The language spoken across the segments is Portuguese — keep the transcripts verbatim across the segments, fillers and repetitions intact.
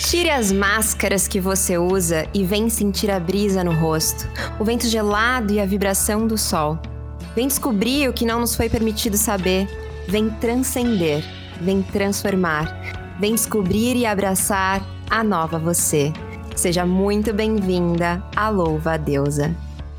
Tire as máscaras que você usa e vem sentir a brisa no rosto, o vento gelado e a vibração do sol. Vem descobrir o que não nos foi permitido saber. Vem transcender, vem transformar. Vem descobrir e abraçar a nova você. Seja muito bem-vinda à Louva a Deusa.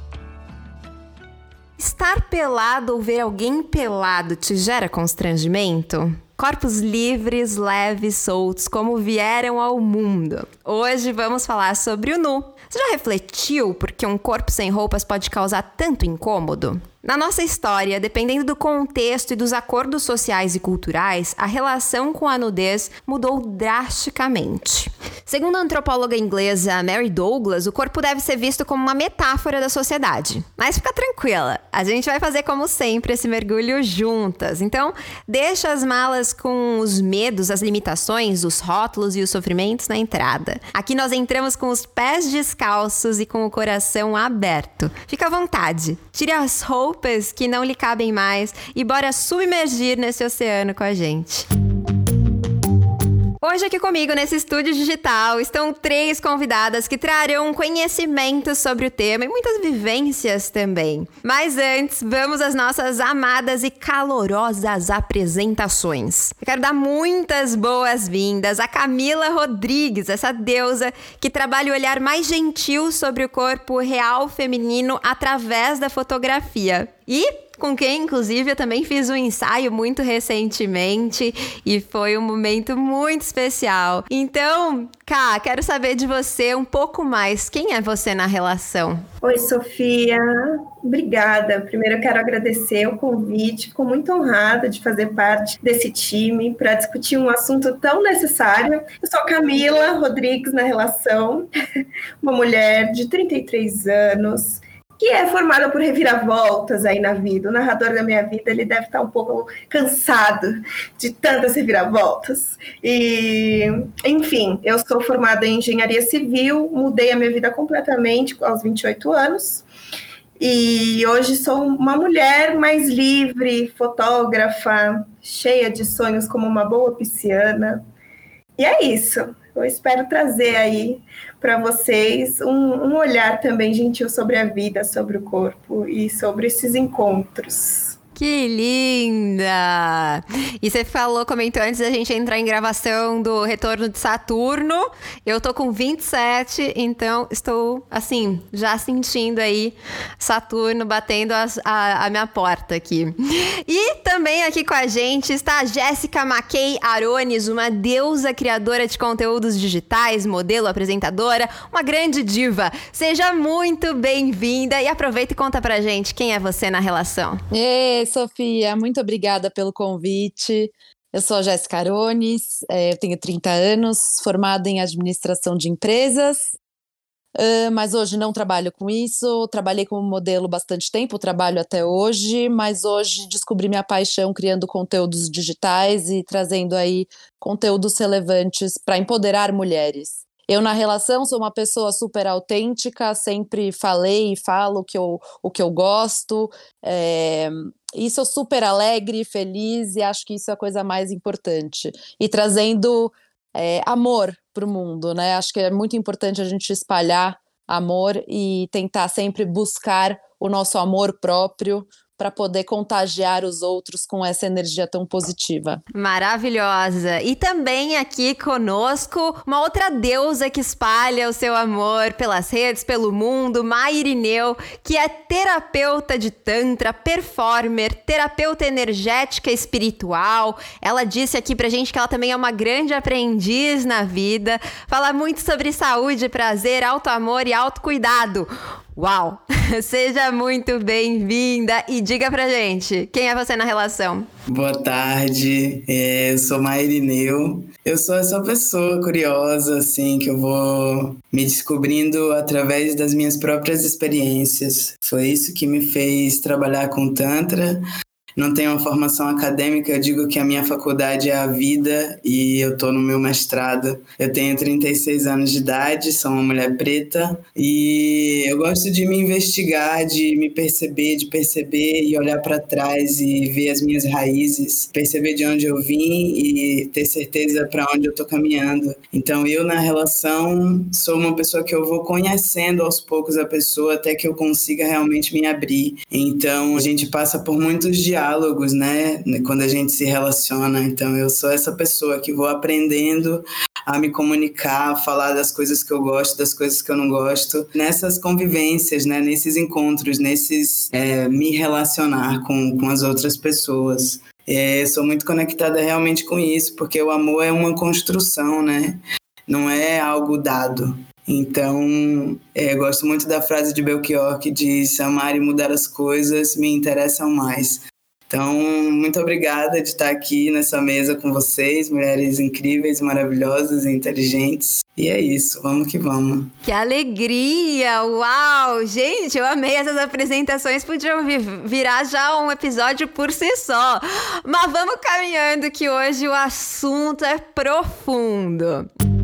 Estar pelado ou ver alguém pelado te gera constrangimento? Corpos livres, leves, soltos, como vieram ao mundo. Hoje vamos falar sobre o nu. Você já refletiu por que um corpo sem roupas pode causar tanto incômodo? Na nossa história, dependendo do contexto e dos acordos sociais e culturais, a relação com a nudez mudou drasticamente. Segundo a antropóloga inglesa Mary Douglas, o corpo deve ser visto como uma metáfora da sociedade. Mas fica tranquila, a gente vai fazer como sempre esse mergulho juntas. Então, deixa as malas com os medos, as limitações, os rótulos e os sofrimentos na entrada. Aqui nós entramos com os pés descalços e com o coração aberto. Fica à vontade, tire as roupas que não lhe cabem mais e bora submergir nesse oceano com a gente. Hoje aqui comigo nesse estúdio digital estão três convidadas que trarão conhecimento sobre o tema e muitas vivências também. Mas antes, vamos às nossas amadas e calorosas apresentações. Eu quero dar muitas boas-vindas a Camila Rodrigues, essa deusa que trabalha o olhar mais gentil sobre o corpo real feminino através da fotografia. E com quem, inclusive, eu também fiz um ensaio muito recentemente e foi um momento muito especial. Então, Ká, quero saber de você um pouco mais. Quem é você na relação? Oi, Sofia. Obrigada. Primeiro, eu quero agradecer o convite. Fico muito honrada de fazer parte desse time para discutir um assunto tão necessário. Eu sou Camila Rodrigues na relação, uma mulher de trinta e três anos, que é formada por reviravoltas aí na vida. O narrador da minha vida, ele deve estar um pouco cansado de tantas reviravoltas. E, enfim, eu sou formada em engenharia civil, mudei a minha vida completamente aos vinte e oito anos. E hoje sou uma mulher mais livre, fotógrafa, cheia de sonhos como uma boa pisciana. E é isso. Eu espero trazer aí para vocês um, um olhar também gentil sobre a vida, sobre o corpo e sobre esses encontros. Que linda! E você falou, comentou antes da gente entrar em gravação do Retorno de Saturno. Eu tô com vinte e sete, então estou, assim, já sentindo aí Saturno batendo as, a, a minha porta aqui. E também aqui com a gente está a Jéssica Mackey Arones, uma deusa criadora de conteúdos digitais, modelo, apresentadora, uma grande diva. Seja muito bem-vinda e aproveita e conta pra gente quem é você na relação. Ei, Sofia, muito obrigada pelo convite. Eu sou a Jéssica Arones, eu tenho trinta anos, formada em administração de empresas, mas hoje não trabalho com isso. Trabalhei como modelo bastante tempo, trabalho até hoje, mas hoje descobri minha paixão criando conteúdos digitais e trazendo aí conteúdos relevantes para empoderar mulheres. Eu, na relação, sou uma pessoa super autêntica, sempre falei e falo o que eu, o que eu gosto, é, e sou super alegre, feliz, e acho que isso é a coisa mais importante. E trazendo é, amor para o mundo, né? Acho que é muito importante a gente espalhar amor e tentar sempre buscar o nosso amor próprio, para poder contagiar os outros com essa energia tão positiva. Maravilhosa! E também aqui conosco, uma outra deusa que espalha o seu amor pelas redes, pelo mundo, Mai Irineu, que é terapeuta de tantra, performer, terapeuta energética e espiritual. Ela disse aqui pra gente que ela também é uma grande aprendiz na vida, fala muito sobre saúde, prazer, autoamor e autocuidado. Uau! Seja muito bem-vinda e diga pra gente, quem é você na relação? Boa tarde, é, eu sou Mai Irineu. Eu sou essa pessoa curiosa, assim, que eu vou me descobrindo através das minhas próprias experiências. Foi isso que me fez trabalhar com Tantra não tenho uma formação acadêmica, eu digo que a minha faculdade é a vida e eu estou no meu mestrado. Eu tenho trinta e seis anos de idade, sou uma mulher preta e eu gosto de me investigar, de me perceber, de perceber e olhar para trás e ver as minhas raízes, perceber de onde eu vim e ter certeza para onde eu estou caminhando. Então eu na relação sou uma pessoa que eu vou conhecendo aos poucos a pessoa até que eu consiga realmente me abrir. Então a gente passa por muitos diálogos, né, quando a gente se relaciona. Então eu sou essa pessoa que vou aprendendo a me comunicar, a falar das coisas que eu gosto, das coisas que eu não gosto, nessas convivências, né, nesses encontros, nesses é, me relacionar com, com as outras pessoas. É, sou muito conectada realmente com isso, porque o amor é uma construção, né? Não é algo dado. Então, é, eu gosto muito da frase de Belchior que diz: amar e mudar as coisas me interessam mais. Então, muito obrigada de estar aqui nessa mesa com vocês, mulheres incríveis, maravilhosas e inteligentes. E é isso, vamos que vamos. Que alegria! Uau! Gente, eu amei essas apresentações, podiam virar já um episódio por si só. Mas vamos caminhando que hoje o assunto é profundo.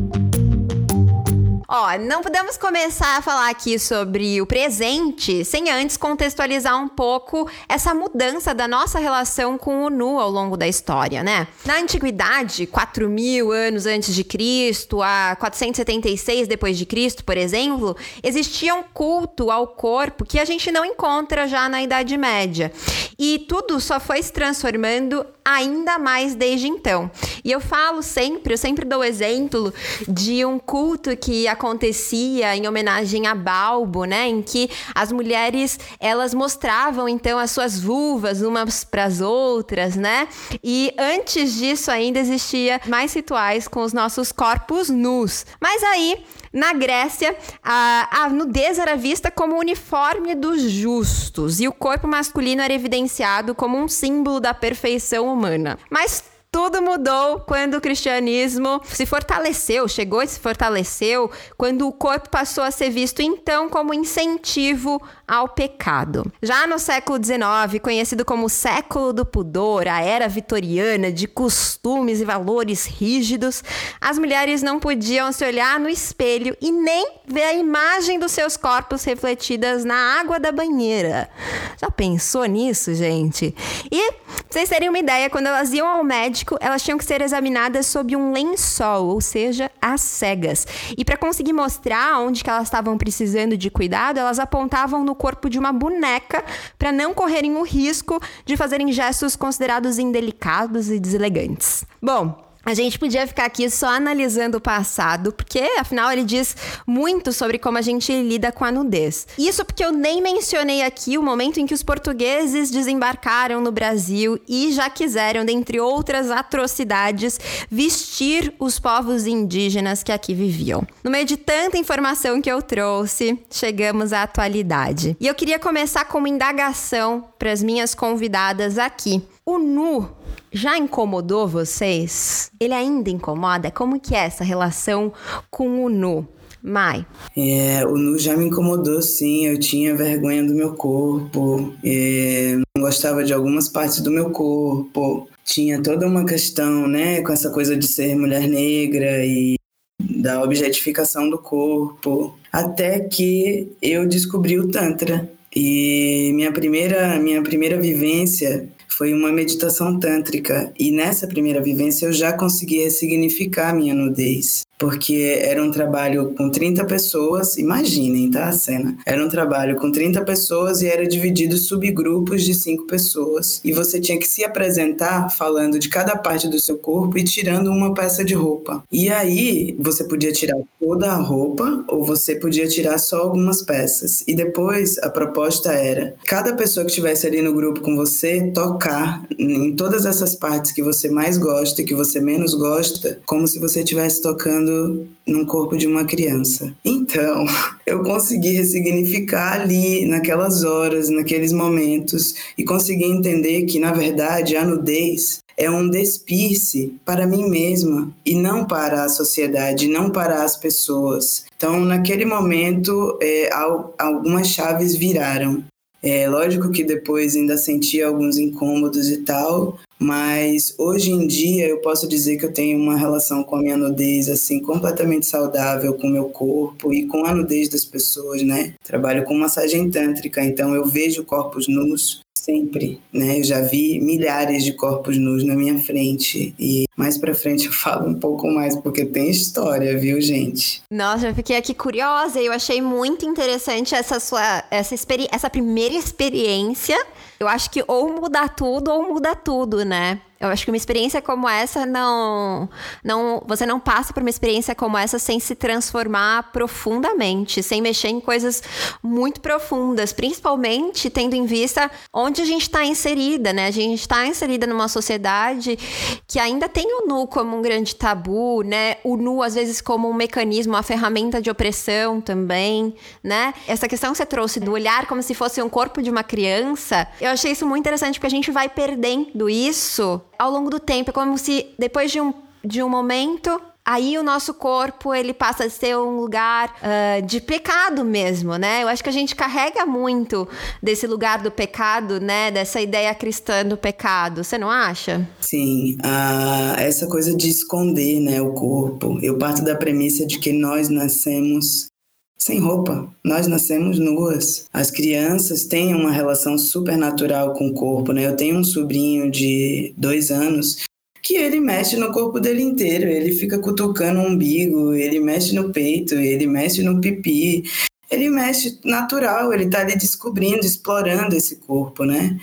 Ó, não podemos começar a falar aqui sobre o presente sem antes contextualizar um pouco essa mudança da nossa relação com o nu ao longo da história, né? Na antiguidade, quatro mil anos antes de Cristo, a quatrocentos e setenta e seis depois de Cristo, por exemplo, existia um culto ao corpo que a gente não encontra já na Idade Média. E tudo só foi se transformando ainda mais desde então. E eu falo sempre, eu sempre dou exemplo de um culto que acontecia em homenagem a Balbo, né, em que as mulheres, elas mostravam então as suas vulvas umas para as outras, né? E antes disso ainda existia mais rituais com os nossos corpos nus. Mas aí, na Grécia, a, a nudez era vista como o uniforme dos justos e o corpo masculino era evidenciado como um símbolo da perfeição humana. Mas tudo mudou quando o cristianismo se fortaleceu, chegou e se fortaleceu, quando o corpo passou a ser visto então como incentivo ao pecado. Já no século dezenove, conhecido como século do pudor, a era vitoriana de costumes e valores rígidos, as mulheres não podiam se olhar no espelho e nem ver a imagem dos seus corpos refletidas na água da banheira. Já pensou nisso, gente? E, pra vocês terem uma ideia, quando elas iam ao médico, elas tinham que ser examinadas sob um lençol, ou seja, às cegas. E para conseguir mostrar onde que elas estavam precisando de cuidado, elas apontavam no corpo de uma boneca para não correrem o risco de fazerem gestos considerados indelicados e deselegantes. Bom, a gente podia ficar aqui só analisando o passado, porque, afinal, ele diz muito sobre como a gente lida com a nudez. Isso porque eu nem mencionei aqui o momento em que os portugueses desembarcaram no Brasil e já quiseram, dentre outras atrocidades, vestir os povos indígenas que aqui viviam. No meio de tanta informação que eu trouxe, chegamos à atualidade. E eu queria começar com uma indagação para as minhas convidadas aqui. O nu já incomodou vocês? Ele ainda incomoda? Como que é essa relação com o nu? Mai? É, o nu já me incomodou, sim. Eu tinha vergonha do meu corpo, é, não gostava de algumas partes do meu corpo. Tinha toda uma questão, né, com essa coisa de ser mulher negra e da objetificação do corpo. Até que eu descobri o Tantra. E minha primeira, minha primeira vivência foi uma meditação tântrica. E nessa primeira vivência eu já consegui ressignificar a minha nudez. Porque era um trabalho com trinta pessoas, imaginem, tá, a cena? Era um trabalho com trinta pessoas e era dividido em subgrupos de cinco pessoas. E você tinha que se apresentar falando de cada parte do seu corpo e tirando uma peça de roupa. E aí, você podia tirar toda a roupa ou você podia tirar só algumas peças. E depois, a proposta era, cada pessoa que estivesse ali no grupo com você, tocar em todas essas partes que você mais gosta e que você menos gosta, como se você estivesse tocando num corpo de uma criança. Então, eu consegui ressignificar ali, naquelas horas, naqueles momentos, e consegui entender que, na verdade, a nudez é um despir-se para mim mesma e não para a sociedade, não para as pessoas. Então, naquele momento, é, algumas chaves viraram. É lógico que depois ainda sentia alguns incômodos e tal, mas hoje em dia eu posso dizer que eu tenho uma relação com a minha nudez assim completamente saudável com o meu corpo e com a nudez das pessoas, né? Trabalho com massagem tântrica, então eu vejo corpos nus sempre, né? Eu já vi milhares de corpos nus na minha frente e mais pra frente eu falo um pouco mais porque tem história, viu, gente? Nossa, eu fiquei aqui curiosa e eu achei muito interessante essa sua essa, experi- essa primeira experiência. Eu acho que ou muda tudo ou muda tudo, né? Eu acho que uma experiência como essa não, não... Você não passa por uma experiência como essa sem se transformar profundamente, sem mexer em coisas muito profundas, principalmente tendo em vista onde a gente está inserida, né? A gente está inserida numa sociedade que ainda tem o nu como um grande tabu, né? O nu, às vezes, como um mecanismo, uma ferramenta de opressão também, né? Essa questão que você trouxe do olhar como se fosse um corpo de uma criança, eu achei isso muito interessante, porque a gente vai perdendo isso ao longo do tempo. É como se depois de um, de um momento, aí o nosso corpo ele passa a ser um lugar uh, de pecado mesmo, né? Eu acho que a gente carrega muito desse lugar do pecado, né? Dessa ideia cristã do pecado. Você não acha? Sim, a, essa coisa de esconder, né, o corpo. Eu parto da premissa de que nós nascemos sem roupa, nós nascemos nuas. As crianças têm uma relação super natural com o corpo, né? Eu tenho um sobrinho de dois anos que ele mexe no corpo dele inteiro, ele fica cutucando o umbigo, ele mexe no peito, ele mexe no pipi, ele mexe natural, ele tá ali descobrindo, explorando esse corpo, né?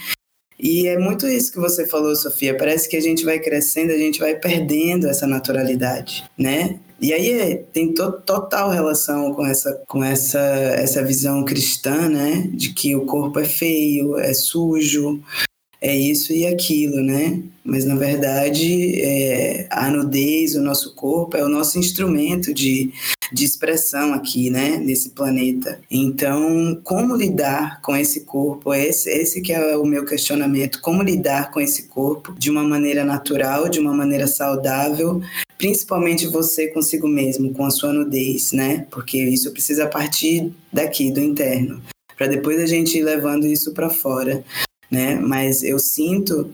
E é muito isso que você falou, Sofia, parece que a gente vai crescendo, a gente vai perdendo essa naturalidade, né? E aí tem to- total relação com, essa, com essa, essa visão cristã, né? De que o corpo é feio, é sujo, é isso e aquilo, né? Mas, na verdade, é, a nudez, o nosso corpo, é o nosso instrumento de, de expressão aqui, né? Nesse planeta. Então, como lidar com esse corpo? Esse, esse que é o meu questionamento. Como lidar com esse corpo de uma maneira natural, de uma maneira saudável, principalmente você consigo mesmo, com a sua nudez, né? Porque isso precisa partir daqui, do interno, para depois a gente ir levando isso para fora, né? Mas eu sinto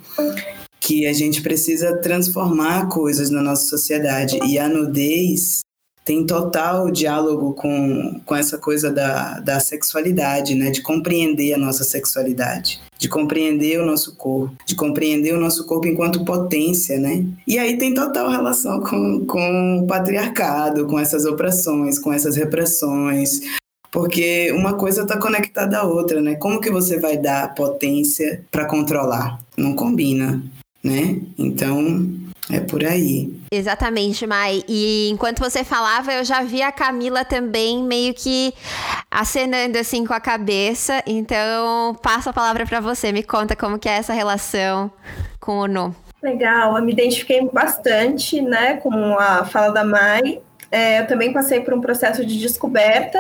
que a gente precisa transformar coisas na nossa sociedade e a nudez tem total diálogo com, com essa coisa da, da sexualidade, né? De compreender a nossa sexualidade, de compreender o nosso corpo, de compreender o nosso corpo enquanto potência, né? E aí tem total relação com, com o patriarcado, com essas opressões, com essas repressões, porque uma coisa está conectada à outra, né? Como que você vai dar potência para controlar? Não combina, né? Então, é por aí. Exatamente, Mai. E enquanto você falava, eu já vi a Camila também meio que acenando assim com a cabeça. Então, passo a palavra para você. Me conta como que é essa relação com o nu. Legal, eu me identifiquei bastante, né, com a fala da Mai. É, eu também passei por um processo de descoberta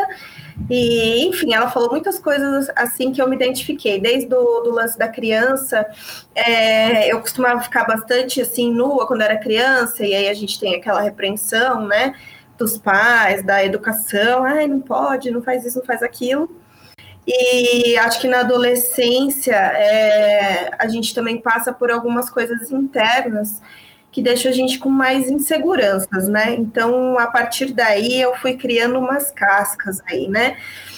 e, enfim, ela falou muitas coisas assim que eu me identifiquei, desde o do lance da criança. É, eu costumava ficar bastante assim nua quando era criança, e aí a gente tem aquela repreensão, né, dos pais, da educação, ai, não pode, não faz isso, não faz aquilo. E acho que na adolescência é, a gente também passa por algumas coisas internas que deixam a gente com mais inseguranças, né? Então, a partir daí, eu fui criando umas cascas aí, né?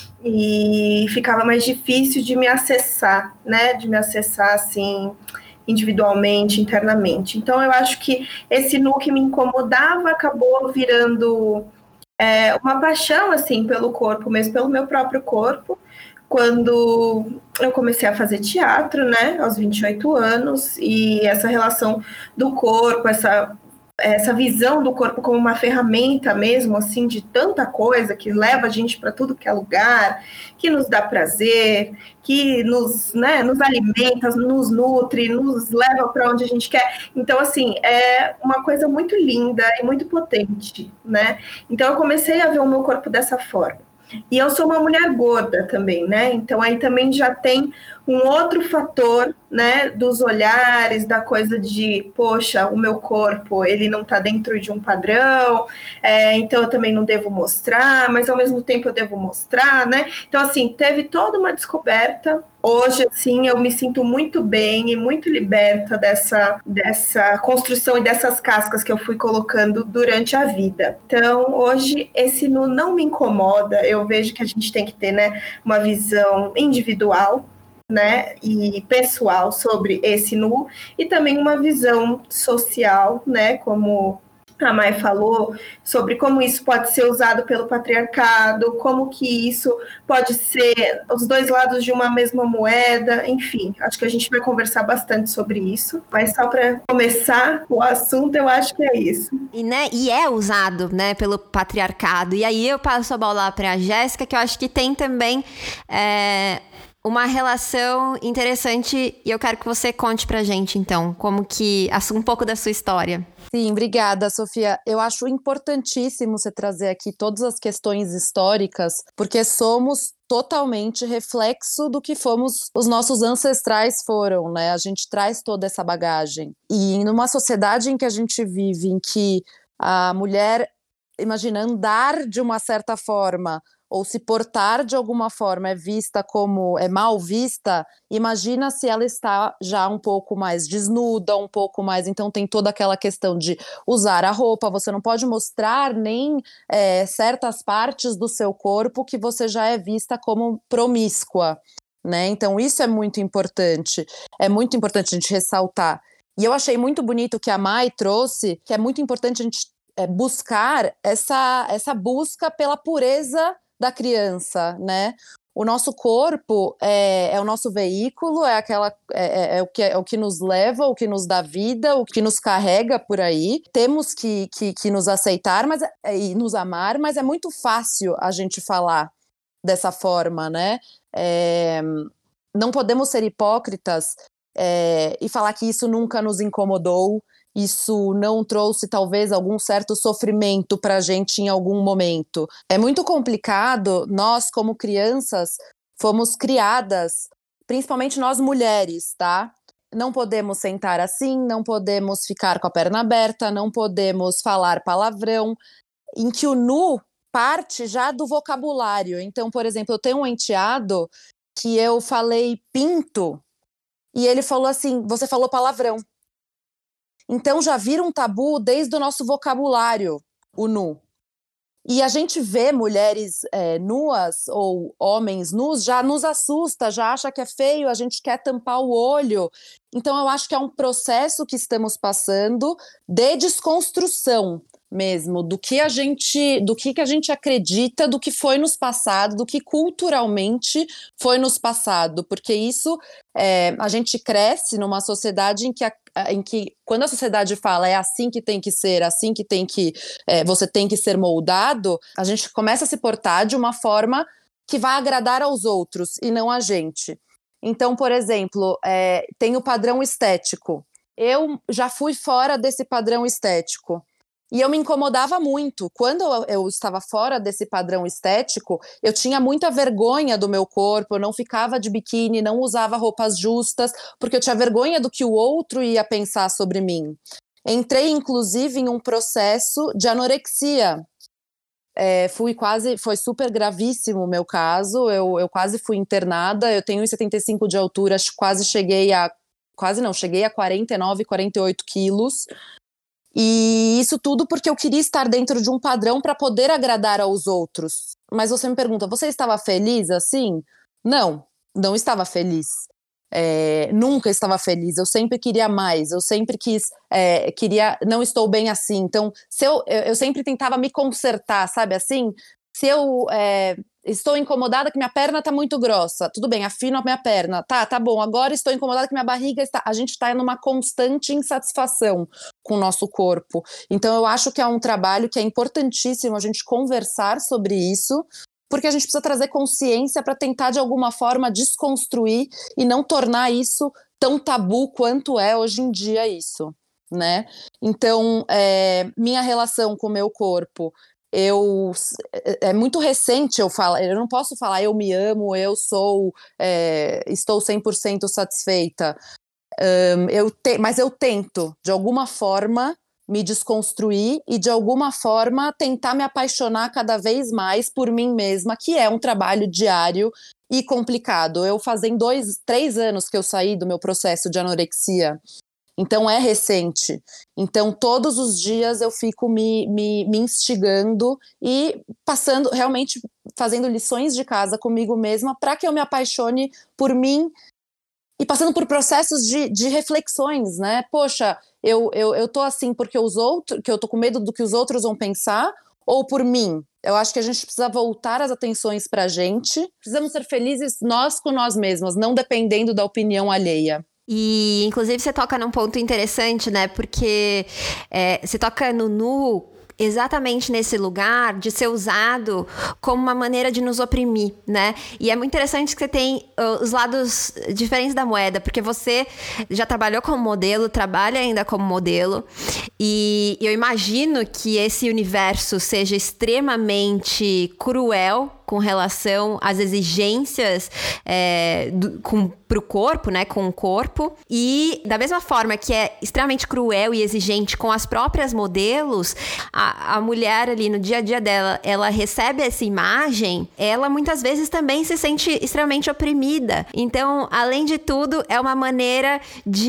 E ficava mais difícil de me acessar, né? De me acessar, assim, individualmente, internamente. Então, eu acho que esse nu que me incomodava acabou virando é, uma paixão, assim, pelo corpo mesmo, pelo meu próprio corpo, quando eu comecei a fazer teatro, né, aos vinte e oito anos, e essa relação do corpo, essa, essa visão do corpo como uma ferramenta mesmo, assim, de tanta coisa que leva a gente para tudo que é lugar, que nos dá prazer, que nos, né, nos alimenta, nos nutre, nos leva para onde a gente quer. Então, assim, é uma coisa muito linda e muito potente, né? Então, eu comecei a ver o meu corpo dessa forma. E eu sou uma mulher gorda também, né? Então aí também já tem um outro fator, né, dos olhares, da coisa de, poxa, o meu corpo, ele não está dentro de um padrão, é, então eu também não devo mostrar, mas ao mesmo tempo eu devo mostrar, né? Então, assim, teve toda uma descoberta. Hoje, assim, eu me sinto muito bem e muito liberta dessa, dessa construção e dessas cascas que eu fui colocando durante a vida. Então, hoje, esse nu não me incomoda. Eu vejo que a gente tem que ter, né, uma visão individual, né, e pessoal sobre esse nu, e também uma visão social, né, como a Mai falou, sobre como isso pode ser usado pelo patriarcado, como que isso pode ser os dois lados de uma mesma moeda, enfim, acho que a gente vai conversar bastante sobre isso, mas só para começar o assunto, eu acho que é isso. E, né, e é usado, né, pelo patriarcado, e aí eu passo a bola para a Jéssica, que eu acho que tem também é, uma relação interessante, e eu quero que você conte pra gente, então, como que, um pouco da sua história. Sim, obrigada, Sofia. Eu acho importantíssimo você trazer aqui todas as questões históricas, porque somos totalmente reflexo do que fomos, os nossos ancestrais foram, né? A gente traz toda essa bagagem. E numa sociedade em que a gente vive, em que a mulher, imagina, andar de uma certa forma, ou se portar de alguma forma é vista como, é mal vista, imagina se ela está já um pouco mais desnuda, um pouco mais, então tem toda aquela questão de usar a roupa, você não pode mostrar nem é, certas partes do seu corpo que você já é vista como promíscua, né? Então isso é muito importante, é muito importante a gente ressaltar. E eu achei muito bonito que a Mai trouxe, que é muito importante a gente é, buscar essa, essa busca pela pureza da criança, né? O nosso corpo é, é o nosso veículo, é, aquela, é, é, o que, é o que nos leva, o que nos dá vida, o que nos carrega por aí. Temos que, que, que nos aceitar mas, é, e nos amar, mas é muito fácil a gente falar dessa forma, né? É, não podemos ser hipócritas é, e falar que isso nunca nos incomodou, isso não trouxe talvez algum certo sofrimento para a gente em algum momento. É muito complicado, nós como crianças fomos criadas, principalmente nós mulheres, tá? Não podemos sentar assim, não podemos ficar com a perna aberta, não podemos falar palavrão, em que o nu parte já do vocabulário. Então, por exemplo, eu tenho um enteado que eu falei pinto e ele falou assim, você falou palavrão. Então já vira um tabu desde o nosso vocabulário, o nu. E a gente vê mulheres é, nuas ou homens nus, já nos assusta, já acha que é feio, a gente quer tampar o olho. Então eu acho que é um processo que estamos passando de desconstrução mesmo, do que a gente, do que, que a gente acredita, do que foi nos passado, do que culturalmente foi nos passado, porque isso, é, a gente cresce numa sociedade em que, a, em que quando a sociedade fala é assim que tem que ser, assim que tem que, é, você tem que ser moldado, a gente começa a se portar de uma forma que vai agradar aos outros e não a gente. Então, por exemplo, é, tem o padrão estético. Eu já fui fora desse padrão estético. E eu me incomodava muito. Quando eu, eu estava fora desse padrão estético, eu tinha muita vergonha do meu corpo, eu não ficava de biquíni, não usava roupas justas, porque eu tinha vergonha do que o outro ia pensar sobre mim. Entrei, inclusive, em um processo de anorexia. É, fui quase, foi super gravíssimo o meu caso, eu, eu quase fui internada, eu tenho um e setenta e cinco de altura, quase cheguei a, quase não, cheguei a quarenta e nove, quarenta e oito quilos. E isso tudo porque eu queria estar dentro de um padrão para poder agradar aos outros. Mas você me pergunta, você estava feliz assim? Não, não estava feliz. É, nunca estava feliz, eu sempre queria mais, eu sempre quis, é, queria, não estou bem assim. Então, se eu, eu sempre tentava me consertar, sabe assim? Se eu é, estou incomodada que minha perna está muito grossa, tudo bem, afino a minha perna, tá, tá bom, agora estou incomodada que minha barriga está... A gente está numa constante insatisfação com o nosso corpo. Então eu acho que é um trabalho que é importantíssimo a gente conversar sobre isso, porque a gente precisa trazer consciência para tentar de alguma forma desconstruir e não tornar isso tão tabu quanto é hoje em dia isso, né? Então, é, minha relação com o meu corpo eu é muito recente eu falo, eu não posso falar eu me amo, eu sou é, estou cem por cento satisfeita, um, eu te, mas eu tento de alguma forma me desconstruir e de alguma forma tentar me apaixonar cada vez mais por mim mesma, que é um trabalho diário e complicado. Eu fazem dois, três anos que eu saí do meu processo de anorexia. Então é recente, então todos os dias eu fico me, me, me instigando e passando, realmente fazendo lições de casa comigo mesma para que eu me apaixone por mim e passando por processos de, de reflexões, né? Poxa, eu, eu, eu tô assim porque os outros, que eu tô com medo do que os outros vão pensar ou por mim? Eu acho que a gente precisa voltar as atenções pra gente, precisamos ser felizes nós com nós mesmas, não dependendo da opinião alheia. E, inclusive, você toca num ponto interessante, né? Porque é, você toca no nu exatamente nesse lugar de ser usado como uma maneira de nos oprimir, né? E é muito interessante que você tem uh, os lados diferentes da moeda, porque você já trabalhou como modelo, trabalha ainda como modelo, e eu imagino que esse universo seja extremamente cruel com relação às exigências é, do, com, pro corpo, né, com o corpo. E da mesma forma que é extremamente cruel e exigente com as próprias modelos, a, a mulher ali no dia a dia dela, ela recebe essa imagem, ela muitas vezes também se sente extremamente oprimida. Então, além de tudo, é uma maneira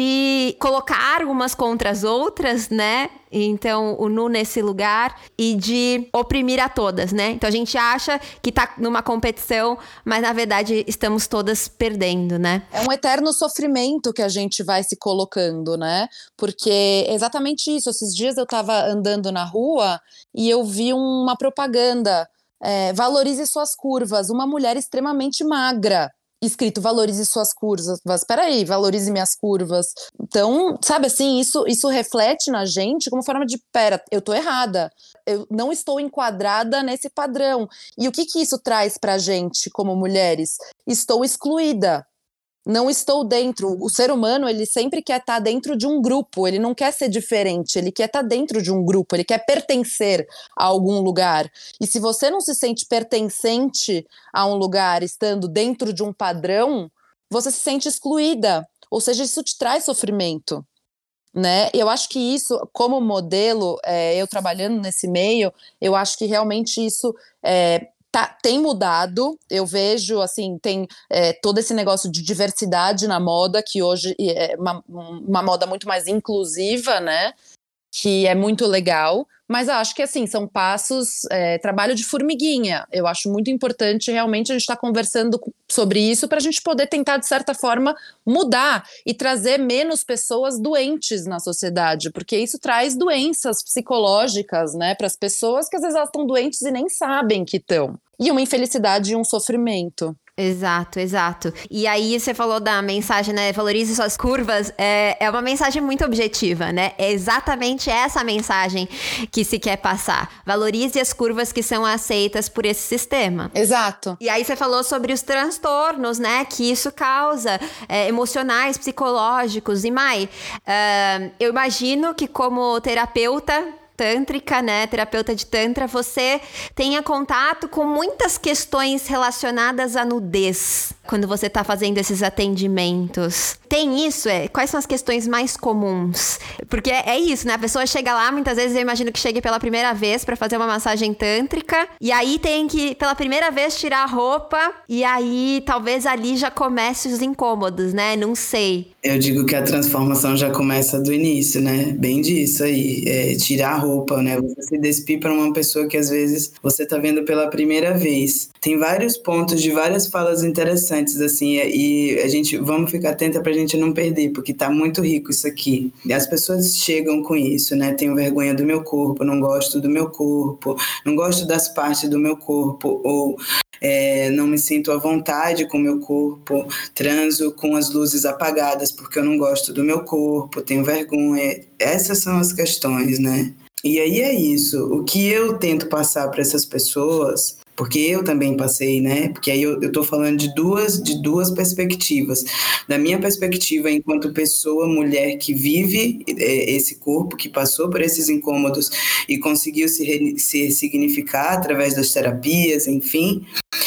de colocar umas contra as outras, né? Então, o nu nesse lugar e de oprimir a todas, né? Então, a gente acha que tá numa competição, mas, na verdade, estamos todas perdendo, né? É um eterno sofrimento que a gente vai se colocando, né? Porque é exatamente isso. Esses dias eu tava andando na rua e eu vi uma propaganda, é, valorize suas curvas, uma mulher extremamente magra, escrito valorize suas curvas. Peraí, valorize minhas curvas. Então, sabe assim, isso, isso reflete na gente como forma de, pera, eu tô errada, eu não estou enquadrada nesse padrão. E o que que isso traz pra gente como mulheres? Estou excluída. Não estou dentro. O ser humano, ele sempre quer estar dentro de um grupo, ele não quer ser diferente, ele quer estar dentro de um grupo, ele quer pertencer a algum lugar. E se você não se sente pertencente a um lugar estando dentro de um padrão, você se sente excluída, ou seja, isso te traz sofrimento, né? Eu acho que isso, como modelo, é, eu trabalhando nesse meio, eu acho que realmente isso é, Tá, tem mudado, eu vejo, assim, tem é, todo esse negócio de diversidade na moda, que hoje é uma, uma moda muito mais inclusiva, né, que é muito legal, mas eu acho que, assim, são passos, é, trabalho de formiguinha. Eu acho muito importante, realmente, a gente estar tá conversando sobre isso para a gente poder tentar, de certa forma, mudar e trazer menos pessoas doentes na sociedade, porque isso traz doenças psicológicas, né, para as pessoas que às vezes elas estão doentes e nem sabem que estão. E uma infelicidade e um sofrimento. Exato, exato. E aí você falou da mensagem, né, valorize suas curvas, é, é uma mensagem muito objetiva, né? É exatamente essa mensagem que se quer passar. Valorize as curvas que são aceitas por esse sistema. Exato. E aí você falou sobre os transtornos, né, que isso causa, é, emocionais, psicológicos. E Mai, uh, eu imagino que como terapeuta tântrica, né, terapeuta de tantra, você tenha contato com muitas questões relacionadas à nudez quando você está fazendo esses atendimentos. Tem isso? É? Quais são as questões mais comuns? Porque é, é isso, né? A pessoa chega lá, muitas vezes eu imagino que chegue pela primeira vez para fazer uma massagem tântrica, e aí tem que, pela primeira vez, tirar a roupa, e aí talvez ali já comece os incômodos, né? Não sei. Eu digo que a transformação já começa do início, né? Bem disso aí, é tirar a roupa, né? Você se despir para uma pessoa que às vezes você tá vendo pela primeira vez. Tem vários pontos de várias falas interessantes, assim, e a gente, vamos ficar atenta pra gente não perder, porque tá muito rico isso aqui. E as pessoas chegam com isso, né? Tenho vergonha do meu corpo, não gosto do meu corpo, não gosto das partes do meu corpo, ou é, não me sinto à vontade com o meu corpo, transo com as luzes apagadas porque eu não gosto do meu corpo, tenho vergonha. Essas são as questões, né? E aí é isso. O que eu tento passar para essas pessoas, porque eu também passei, né? Porque aí eu, eu tô falando de duas, de duas perspectivas. Da minha perspectiva enquanto pessoa, mulher que vive é, esse corpo, que passou por esses incômodos e conseguiu se, re, se significar através das terapias, enfim.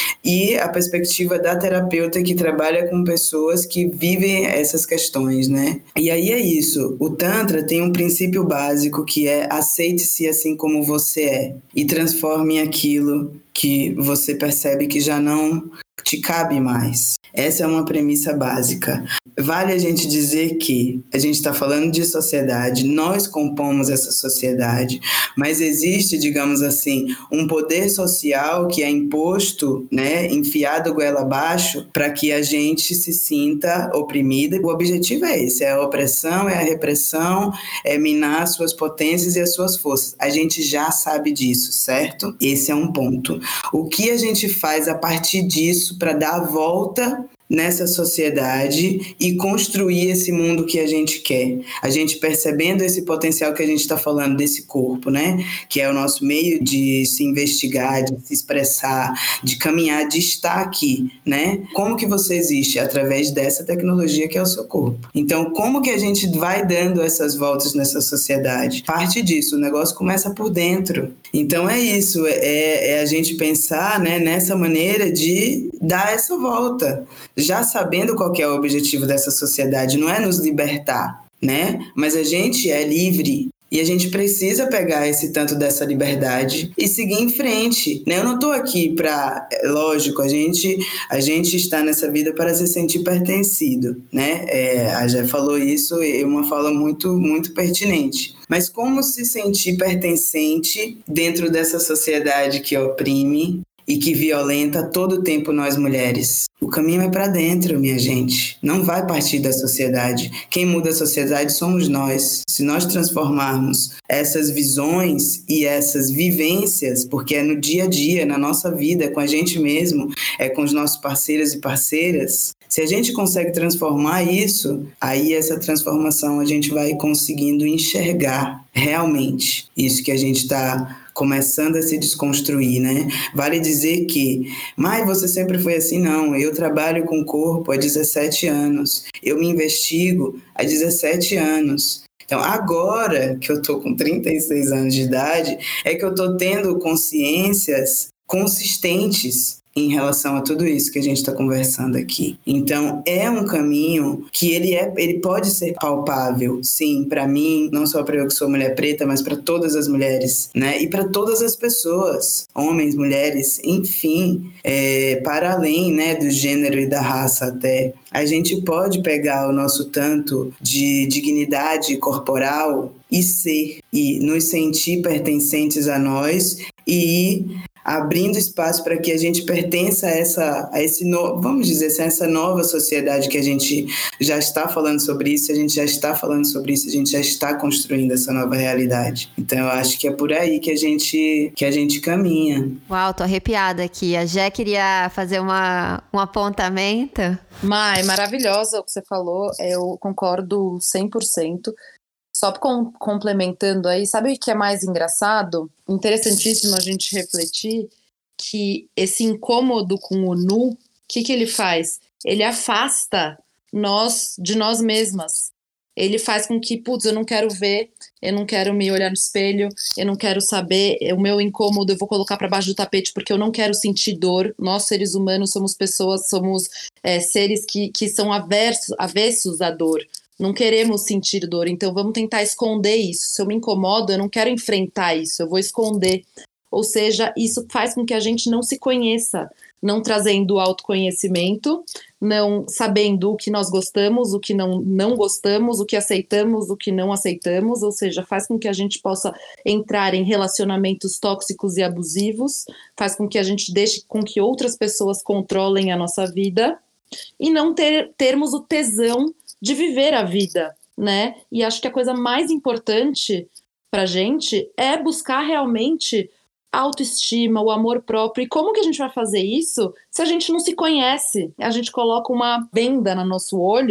E a perspectiva da terapeuta que trabalha com pessoas que vivem essas questões, né? E aí é isso. O Tantra tem um princípio básico que é aceite-se assim como você é e transforme aquilo que você percebe que já não te cabe mais. Essa é uma premissa básica. Vale a gente dizer que a gente está falando de sociedade, nós compomos essa sociedade, mas existe, digamos assim, um poder social que é imposto, né, enfiado goela abaixo, para que a gente se sinta oprimida. O objetivo é esse, é a opressão, é a repressão, é minar as suas potências e as suas forças. A gente já sabe disso, certo? Esse é um ponto. O que a gente faz a partir disso para dar a volta nessa sociedade e construir esse mundo que a gente quer. A gente percebendo esse potencial que a gente está falando desse corpo, né? Que é o nosso meio de se investigar, de se expressar, de caminhar, de estar aqui, né? Como que você existe? Através dessa tecnologia que é o seu corpo. Então, como que a gente vai dando essas voltas nessa sociedade? Parte disso, o negócio começa por dentro. Então, é isso, é, é a gente pensar, né, nessa maneira de dar essa volta, já sabendo qual que é o objetivo dessa sociedade, não é nos libertar, né? Mas a gente é livre e a gente precisa pegar esse tanto dessa liberdade e seguir em frente, né? Eu não estou aqui para, lógico, a gente, a gente está nessa vida para se sentir pertencido, né? É, a Jé falou isso e uma fala muito, muito pertinente. Mas como se sentir pertencente dentro dessa sociedade que oprime e que violenta todo o tempo nós mulheres? O caminho é para dentro, minha gente. Não vai partir da sociedade. Quem muda a sociedade somos nós. Se nós transformarmos essas visões e essas vivências, porque é no dia a dia, na nossa vida, é com a gente mesmo, é com os nossos parceiros e parceiras, se a gente consegue transformar isso, aí essa transformação a gente vai conseguindo enxergar realmente isso que a gente está começando a se desconstruir, né? Vale dizer que, mas você sempre foi assim? Não, eu trabalho com o corpo há dezessete anos, eu me investigo há dezessete anos. Então, agora que eu tô com trinta e seis anos de idade, é que eu tô tendo consciências consistentes em relação a tudo isso que a gente está conversando aqui. Então, é um caminho que ele, é, ele pode ser palpável, sim, para mim, não só para eu que sou mulher preta, mas para todas as mulheres, né? E para todas as pessoas, homens, mulheres, enfim, é, para além, né, do gênero e da raça até. A gente pode pegar o nosso tanto de dignidade corporal e ser, e nos sentir pertencentes a nós e ir abrindo espaço para que a gente pertença a essa, a esse no, vamos dizer assim, a essa nova sociedade que a gente já está falando sobre isso, a gente já está falando sobre isso, a gente já está construindo essa nova realidade. Então eu acho que é por aí que a gente, que a gente caminha. Uau, tô arrepiada aqui. A Jé queria fazer uma, um apontamento. Mai, maravilhosa o que você falou, eu concordo cem por cento. Só com, complementando aí, sabe o que é mais engraçado? Interessantíssimo a gente refletir que esse incômodo com o nu, o que, que ele faz? Ele afasta nós de nós mesmas. Ele faz com que, putz, eu não quero ver, eu não quero me olhar no espelho, eu não quero saber, o meu incômodo eu vou colocar para baixo do tapete porque eu não quero sentir dor. Nós, seres humanos, somos pessoas, somos é, seres que, que são aversos, avessos à dor. Não queremos sentir dor, então vamos tentar esconder isso. Se eu me incomodo, eu não quero enfrentar isso, eu vou esconder. Ou seja, isso faz com que a gente não se conheça, não trazendo autoconhecimento, não sabendo o que nós gostamos, o que não, não gostamos, o que aceitamos, o que não aceitamos, ou seja, faz com que a gente possa entrar em relacionamentos tóxicos e abusivos, faz com que a gente deixe com que outras pessoas controlem a nossa vida e não ter, termos o tesão de viver a vida, né? E acho que a coisa mais importante pra gente é buscar realmente a autoestima, o amor próprio. E como que a gente vai fazer isso se a gente não se conhece? A gente coloca uma venda no nosso olho,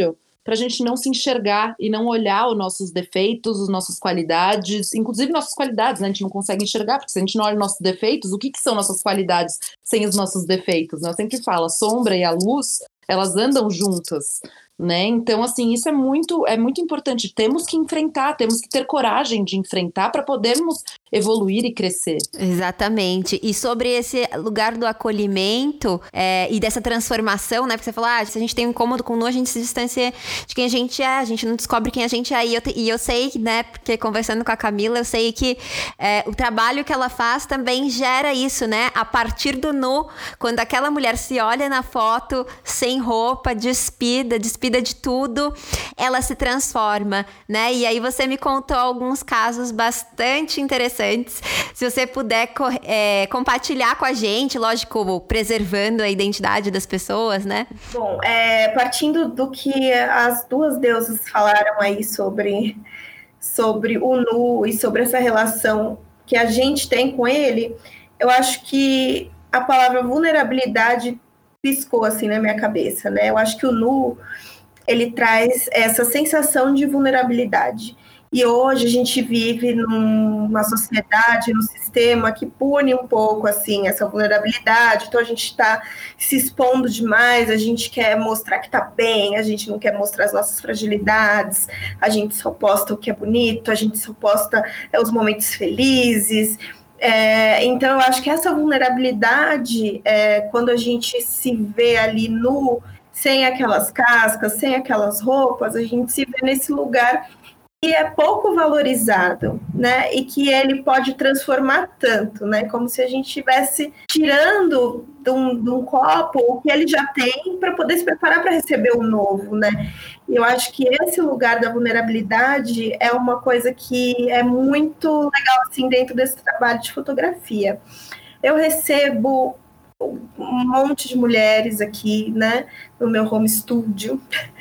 para a gente não se enxergar e não olhar os nossos defeitos, as nossas qualidades, inclusive nossas qualidades, né? A gente não consegue enxergar, porque se a gente não olha os nossos defeitos, o que, que são nossas qualidades sem os nossos defeitos, né? Eu sempre falo, a sombra e a luz, elas andam juntas, né? Então, assim, isso é muito, é muito importante. Temos que enfrentar, temos que ter coragem de enfrentar para podermos evoluir e crescer. Exatamente. E sobre esse lugar do acolhimento é, e dessa transformação, né? Porque você falou, ah, se a gente tem um incômodo com o nu, a gente se distancia de quem a gente é, a gente não descobre quem a gente é. E eu, te, e eu sei, né, porque conversando com a Camila, eu sei que é, o trabalho que ela faz também gera isso, né? A partir do nu, quando aquela mulher se olha na foto, sem roupa, despida, despida de tudo, ela se transforma, né? E aí você me contou alguns casos bastante interessantes. Se você puder é, compartilhar com a gente, lógico, preservando a identidade das pessoas, né? Bom, é, partindo do que as duas deusas falaram aí sobre, sobre o nu e sobre essa relação que a gente tem com ele, eu acho que a palavra vulnerabilidade piscou assim na minha cabeça, né? Eu acho que o nu, ele traz essa sensação de vulnerabilidade. E hoje a gente vive numa sociedade, num sistema que pune um pouco assim, essa vulnerabilidade. Então a gente está se expondo demais, a gente quer mostrar que está bem, a gente não quer mostrar as nossas fragilidades, a gente só posta o que é bonito, a gente só posta é, os momentos felizes. É, então eu acho que essa vulnerabilidade, é, quando a gente se vê ali nu, sem aquelas cascas, sem aquelas roupas, a gente se vê nesse lugar que é pouco valorizado, né? E que ele pode transformar tanto, né? Como se a gente estivesse tirando de um, de um copo o que ele já tem para poder se preparar para receber o novo, né? E eu acho que esse lugar da vulnerabilidade é uma coisa que é muito legal, assim, dentro desse trabalho de fotografia. Eu recebo um monte de mulheres aqui, né, no meu home studio,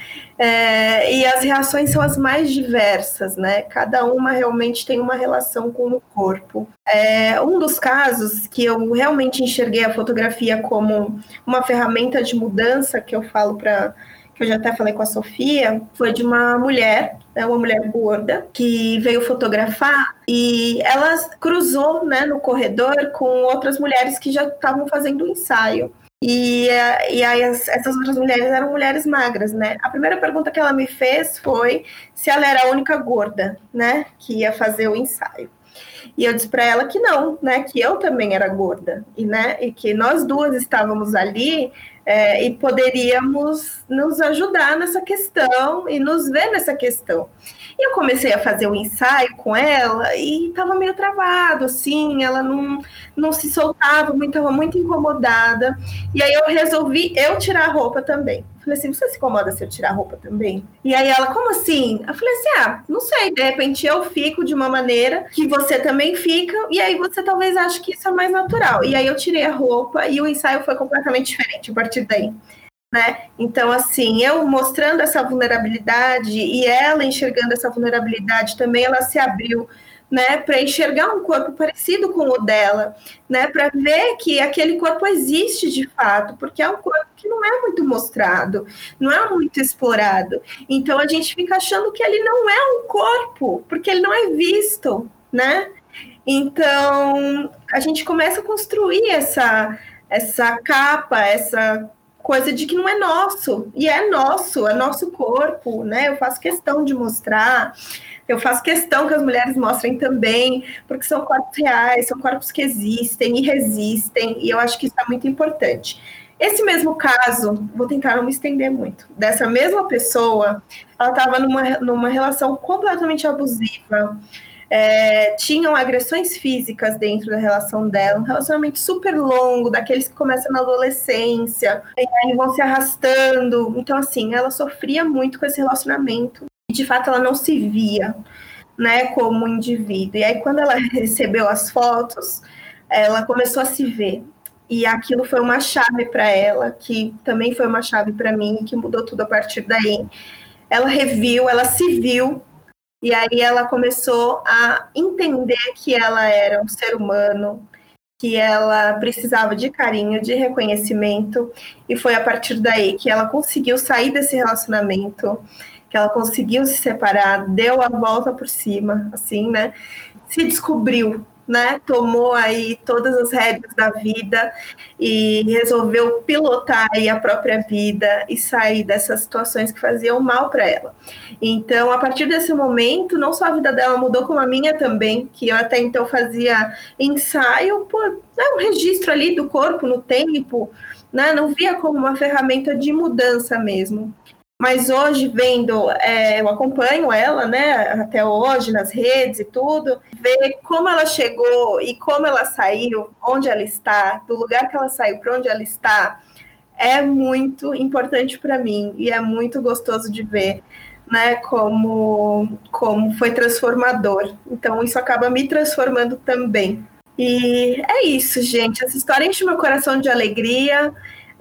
é, e as reações são as mais diversas, né, cada uma realmente tem uma relação com o corpo. É, um dos casos que eu realmente enxerguei a fotografia como uma ferramenta de mudança, que eu falo para... que eu já até falei com a Sofia, foi de uma mulher, né, uma mulher gorda, que veio fotografar e ela cruzou, né, no corredor com outras mulheres que já estavam fazendo um ensaio. E, e aí essas outras mulheres eram mulheres magras, né? A primeira pergunta que ela me fez foi se ela era a única gorda, né, que ia fazer o ensaio. E eu disse para ela que não, né, que eu também era gorda, e, né, e que nós duas estávamos ali é, e poderíamos nos ajudar nessa questão e nos ver nessa questão. E eu comecei a fazer o ensaio com ela e estava meio travado, assim, ela não, não se soltava, estava muito incomodada. E aí eu resolvi eu tirar a roupa também. Falei assim, você se incomoda se eu tirar a roupa também? E aí ela, como assim? Eu falei assim, ah, não sei, de repente eu fico de uma maneira que você também fica, e aí você talvez ache que isso é mais natural. E aí eu tirei a roupa e o ensaio foi completamente diferente a partir daí. Né? Então, assim, eu mostrando essa vulnerabilidade e ela enxergando essa vulnerabilidade também, ela se abriu, né, para enxergar um corpo parecido com o dela, né, para ver que aquele corpo existe de fato, porque é um corpo que não é muito mostrado, não é muito explorado. Então, a gente fica achando que ele não é um corpo, porque ele não é visto, né? Então, a gente começa a construir essa, essa capa, essa coisa de que não é nosso, e é nosso, é nosso corpo, né? Eu faço questão de mostrar, eu faço questão que as mulheres mostrem também, porque são corpos reais, são corpos que existem e resistem, e eu acho que isso é muito importante. Esse mesmo caso, vou tentar não me estender muito, dessa mesma pessoa, ela estava numa, numa relação completamente abusiva, É, tinham agressões físicas dentro da relação dela, um relacionamento super longo, daqueles que começam na adolescência, e aí vão se arrastando. Então, assim, ela sofria muito com esse relacionamento, e de fato ela não se via, né, como indivíduo. E aí, quando ela recebeu as fotos, ela começou a se ver. E aquilo foi uma chave para ela, que também foi uma chave para mim, que mudou tudo a partir daí. Ela reviu, ela se viu. E aí ela começou a entender que ela era um ser humano, que ela precisava de carinho, de reconhecimento, e foi a partir daí que ela conseguiu sair desse relacionamento, que ela conseguiu se separar, deu a volta por cima, assim, né? Se descobriu, né? Tomou aí todas as rédeas da vida e resolveu pilotar aí a própria vida e sair dessas situações que faziam mal para ela. Então, a partir desse momento, não só a vida dela mudou, como a minha também, que eu até então fazia ensaio, por né, um registro ali do corpo no tempo, né? Não via como uma ferramenta de mudança mesmo. Mas hoje, vendo, é, eu acompanho ela, né, até hoje, nas redes e tudo, ver como ela chegou e como ela saiu, onde ela está, do lugar que ela saiu para onde ela está, é muito importante para mim e é muito gostoso de ver, né, como, como foi transformador. Então, isso acaba me transformando também. E é isso, gente. Essa história enche meu coração de alegria.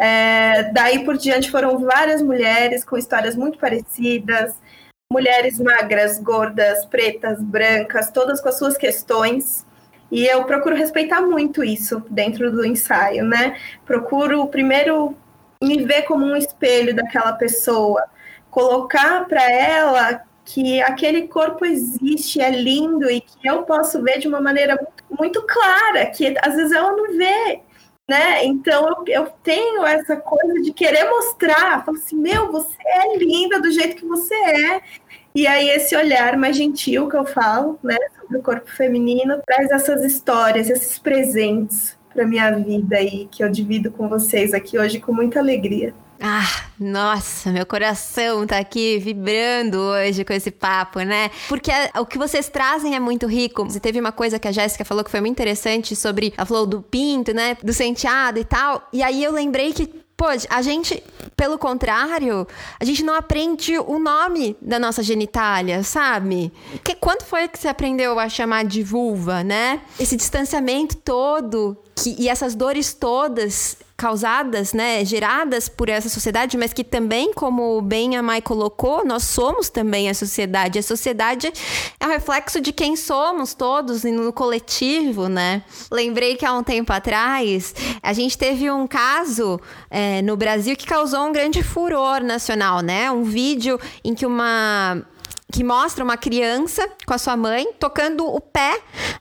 É, daí por diante foram várias mulheres com histórias muito parecidas, mulheres magras, gordas, pretas, brancas, todas com as suas questões, e eu procuro respeitar muito isso dentro do ensaio, né? Procuro primeiro me ver como um espelho daquela pessoa, colocar para ela que aquele corpo existe, é lindo e que eu posso ver de uma maneira muito, muito clara, que às vezes ela não vê. Né? Então eu, eu tenho essa coisa de querer mostrar, falar assim, meu, você é linda do jeito que você é, e aí esse olhar mais gentil que eu falo, né, sobre o corpo feminino, traz essas histórias, esses presentes para minha vida aí, que eu divido com vocês aqui hoje com muita alegria. Ah, nossa, meu coração tá aqui vibrando hoje com esse papo, né? Porque o que vocês trazem é muito rico. Você teve uma coisa que a Jéssica falou que foi muito interessante sobre, ela falou do pinto, né? Do senteado e tal. E aí eu lembrei que, pô, a gente, pelo contrário, a gente não aprende o nome da nossa genitália, sabe? Porque quando foi que você aprendeu a chamar de vulva, né? Esse distanciamento todo que, e essas dores todas causadas, né, geradas por essa sociedade, mas que também, como bem a Mai colocou, nós somos também a sociedade. A sociedade é o reflexo de quem somos todos no coletivo, né? Lembrei que há um tempo atrás, a gente teve um caso é, no Brasil que causou um grande furor nacional, né? Um vídeo em que uma... que mostra uma criança com a sua mãe tocando o pé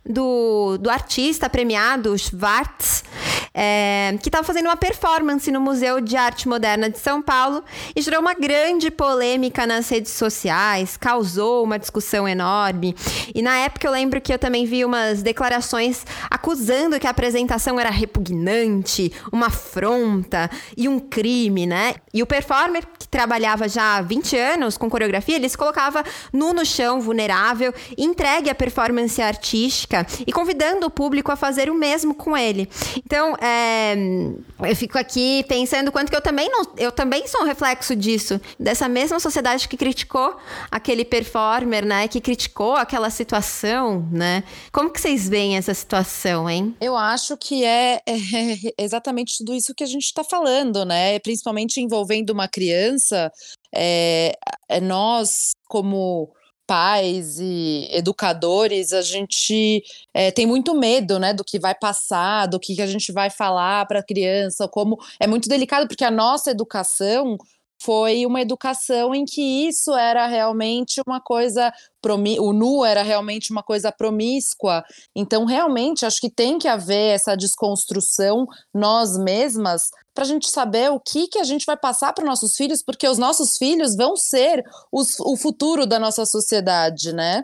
do, do artista premiado, Schwartz, é, que estava fazendo uma performance no Museu de Arte Moderna de São Paulo e gerou uma grande polêmica nas redes sociais, causou uma discussão enorme. E na época eu lembro que eu também vi umas declarações acusando que a apresentação era repugnante, uma afronta e um crime, né? E o performer, que trabalhava já há vinte anos com coreografia, ele se colocava nu no chão, vulnerável, entregue à performance artística e convidando o público a fazer o mesmo com ele. Então, é, eu fico aqui pensando quanto que eu também, não, eu também sou um reflexo disso, dessa mesma sociedade que criticou aquele performer, né, que criticou aquela situação, né? Como que vocês veem essa situação, hein? Eu acho que é, é exatamente tudo isso que a gente está falando, né? Principalmente envolvendo uma criança. É, é nós, como pais e educadores, a gente é, tem muito medo, né, do que vai passar, do que a gente vai falar para a criança, como é muito delicado, porque a nossa educação foi uma educação em que isso era realmente uma coisa, promi- o nu era realmente uma coisa promíscua. Então, realmente, acho que tem que haver essa desconstrução nós mesmas para a gente saber o que, que a gente vai passar para os nossos filhos, porque os nossos filhos vão ser os, o futuro da nossa sociedade, né?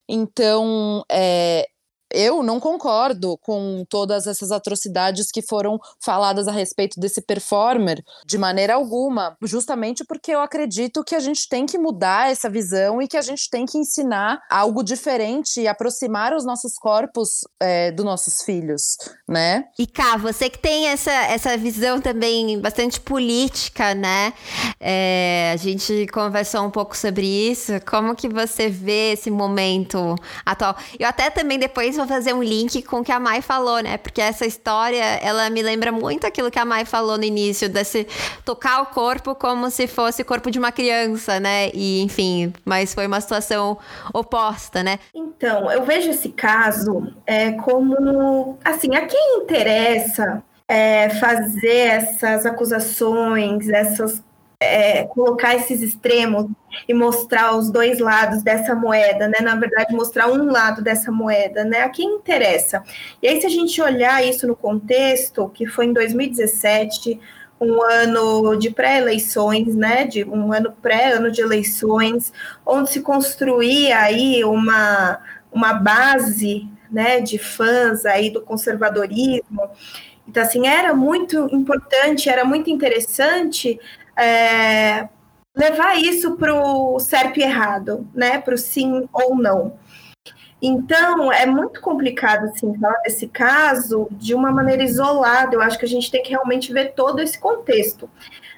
Então, é, eu não concordo com todas essas atrocidades que foram faladas a respeito desse performer, de maneira alguma, justamente porque eu acredito que a gente tem que mudar essa visão e que a gente tem que ensinar algo diferente e aproximar os nossos corpos é, dos nossos filhos, né? E Ká, você que tem essa, essa visão também bastante política, né? É, a gente conversou um pouco sobre isso. Como que você vê esse momento atual? Eu até também depois vou fazer um link com o que a Mai falou, né? Porque essa história, ela me lembra muito aquilo que a Mai falou no início, desse tocar o corpo como se fosse o corpo de uma criança, né? E, enfim, mas foi uma situação oposta, né? Então, eu vejo esse caso é, como, assim, a quem interessa é, fazer essas acusações, essas é, colocar esses extremos e mostrar os dois lados dessa moeda, né? Na verdade, mostrar um lado dessa moeda, né? A quem interessa? E aí, se a gente olhar isso no contexto, que foi em dois mil e dezessete, um ano de pré-eleições, né? De um ano pré-ano de eleições, onde se construía aí uma, uma base, né, de fãs aí do conservadorismo. Então, assim, era muito importante, era muito interessante é, levar isso para o certo e errado, né? Para o sim ou não. Então, é muito complicado, assim, falar desse caso de uma maneira isolada. Eu acho que a gente tem que realmente ver todo esse contexto.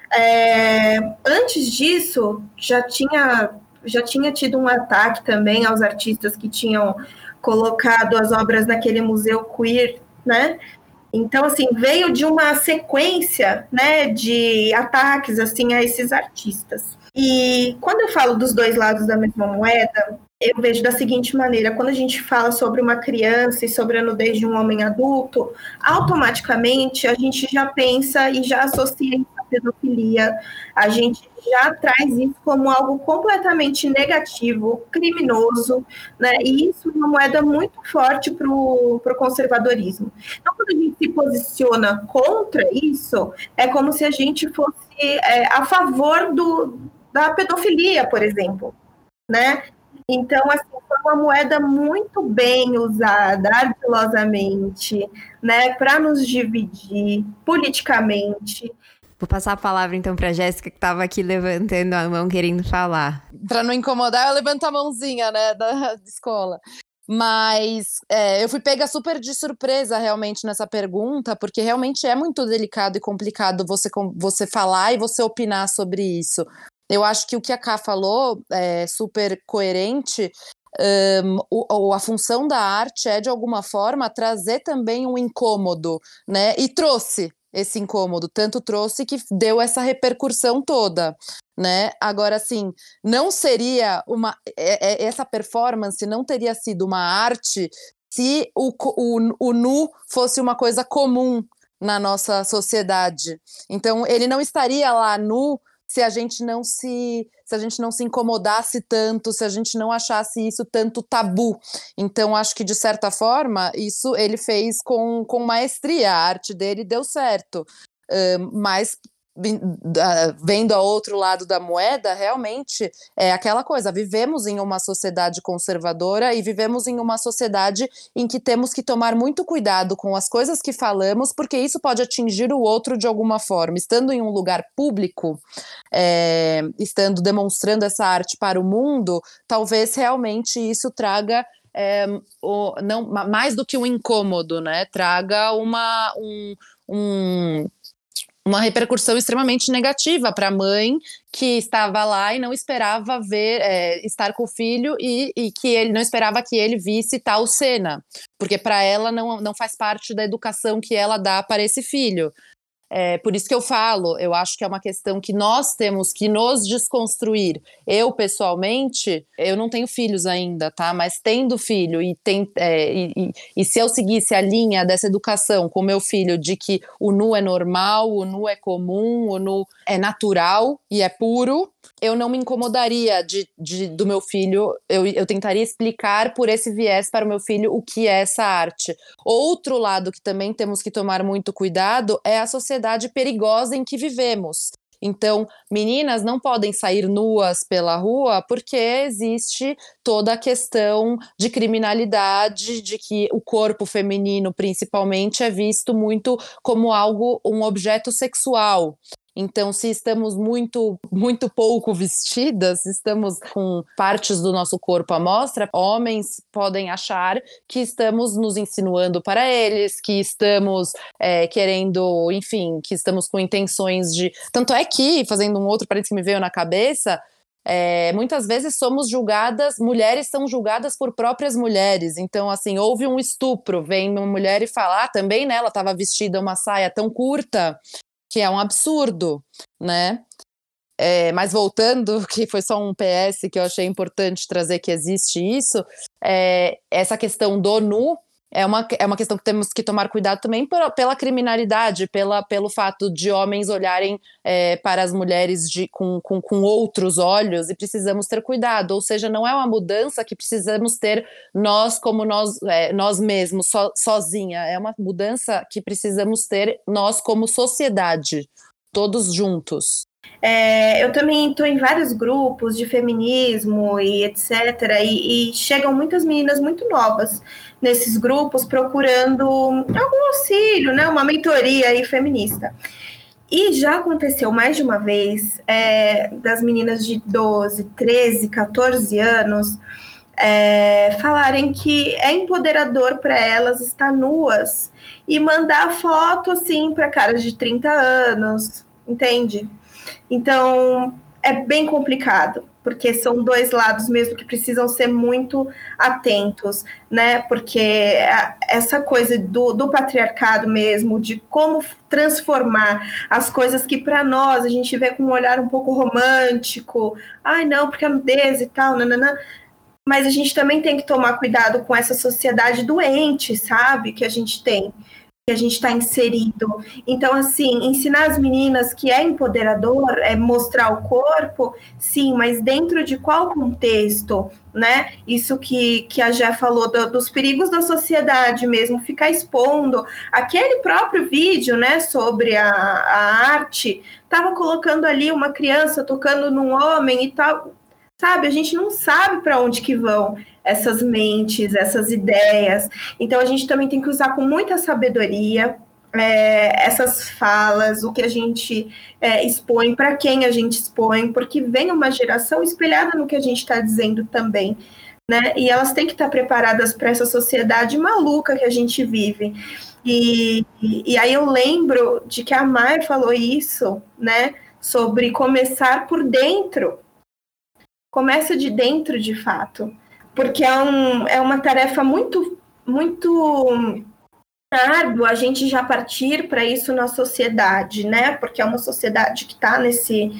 É, antes disso, já tinha, já tinha tido um ataque também aos artistas que tinham colocado as obras naquele museu queer, né? Então, assim, veio de uma sequência, né, de ataques, assim, a esses artistas. E quando eu falo dos dois lados da mesma moeda, eu vejo da seguinte maneira: quando a gente fala sobre uma criança e sobre a nudez de um homem adulto, automaticamente a gente já pensa e já associa isso à pedofilia, a gente já traz isso como algo completamente negativo, criminoso, né? E isso é uma moeda muito forte para o conservadorismo. Então, quando a gente se posiciona contra isso, é como se a gente fosse é, a favor do, da pedofilia, por exemplo, né? Então, assim, foi uma moeda muito bem usada, ardilosamente, né, para nos dividir politicamente. Vou passar a palavra, então, para a Jéssica, que estava aqui levantando a mão, querendo falar. Para não incomodar, eu levanto a mãozinha, né, da, da escola. Mas é, eu fui pega super de surpresa, realmente, nessa pergunta, porque realmente é muito delicado e complicado você, você falar e você opinar sobre isso. Eu acho que o que a Ká falou é super coerente. Um, o, a função da arte é, de alguma forma, trazer também um incômodo, né? E trouxe esse incômodo, tanto trouxe que deu essa repercussão toda, né? Agora, assim, não seria uma... É, é, essa performance não teria sido uma arte se o, o, o nu fosse uma coisa comum na nossa sociedade. Então, ele não estaria lá nu se a gente não se, se a gente não se incomodasse tanto, se a gente não achasse isso tanto tabu. Então, acho que, de certa forma, isso ele fez com, com maestria, a arte dele deu certo. Uh, mas, vendo ao outro lado da moeda, realmente é aquela coisa: vivemos em uma sociedade conservadora e vivemos em uma sociedade em que temos que tomar muito cuidado com as coisas que falamos, porque isso pode atingir o outro de alguma forma. Estando em um lugar público, é, estando demonstrando essa arte para o mundo, talvez realmente isso traga é, o, não, mais do que um incômodo, né? Traga uma um, um uma repercussão extremamente negativa para a mãe que estava lá e não esperava ver, é, estar com o filho e, e que ele não esperava que ele visse tal cena, porque para ela não, não faz parte da educação que ela dá para esse filho. É, por isso que eu falo, eu acho que é uma questão que nós temos que nos desconstruir. Eu, pessoalmente, eu não tenho filhos ainda, tá? Mas tendo filho e, tem, é, e, e, e se eu seguisse a linha dessa educação com meu filho de que o nu é normal, o nu é comum, o nu é natural e é puro, eu não me incomodaria de, de, do meu filho, eu, eu tentaria explicar por esse viés para o meu filho o que é essa arte. Outro lado que também temos que tomar muito cuidado é a sociedade perigosa em que vivemos. Então, meninas não podem sair nuas pela rua porque existe toda a questão de criminalidade, de que o corpo feminino, principalmente, é visto muito como algo, um objeto sexual. Então, se estamos muito, muito pouco vestidas, se estamos com partes do nosso corpo à mostra, homens podem achar que estamos nos insinuando para eles, que estamos é, querendo, enfim, que estamos com intenções de... Tanto é que, fazendo um outro parênteses que me veio na cabeça, é, muitas vezes somos julgadas, mulheres são julgadas por próprias mulheres. Então, assim, houve um estupro, vem uma mulher e fala, ah, também, né, ela estava vestida uma saia tão curta, que é um absurdo, né? É, mas voltando, que foi só um P S que eu achei importante trazer, que existe isso, é, essa questão do nu, É uma, é uma questão que temos que tomar cuidado também por, pela criminalidade, pela, pelo fato de homens olharem é, para as mulheres de, com, com, com outros olhos, e precisamos ter cuidado. Ou seja, não é uma mudança que precisamos ter nós como nós, é, nós mesmos, so, sozinha. É uma mudança que precisamos ter nós como sociedade, todos juntos. É, eu também estou em vários grupos de feminismo e etcétera. E, e chegam muitas meninas muito novas nesses grupos procurando algum auxílio, né, uma mentoria aí feminista. E já aconteceu mais de uma vez é, das meninas de doze, treze, catorze anos é, falarem que é empoderador para elas estar nuas e mandar foto assim para caras de trinta anos, entende? Então, é bem complicado, porque são dois lados mesmo que precisam ser muito atentos, né? Porque essa coisa do, do patriarcado mesmo, de como transformar as coisas que para nós a gente vê com um olhar um pouco romântico, ai não, porque é nudez e tal, nananã. Mas a gente também tem que tomar cuidado com essa sociedade doente, sabe? Que a gente tem. Que a gente está inserido. Então, assim, ensinar as meninas que é empoderador, é mostrar o corpo, sim, mas dentro de qual contexto, né? Isso que, que a Jé falou do, dos perigos da sociedade mesmo, ficar expondo. Aquele próprio vídeo, né, sobre a, a arte, estava colocando ali uma criança tocando num homem e tal, sabe? A gente não sabe para onde que vão essas mentes, essas ideias. Então, a gente também tem que usar com muita sabedoria é, essas falas, o que a gente é, expõe, para quem a gente expõe, porque vem uma geração espelhada no que a gente está dizendo também, né? E elas têm que estar preparadas para essa sociedade maluca que a gente vive. E, e, e aí eu lembro de que a Mai falou isso, né? Sobre começar por dentro. Começa de dentro, de fato. Porque é, um, é uma tarefa muito, muito árdua a gente já partir para isso na sociedade, né? Porque é uma sociedade que está nesse,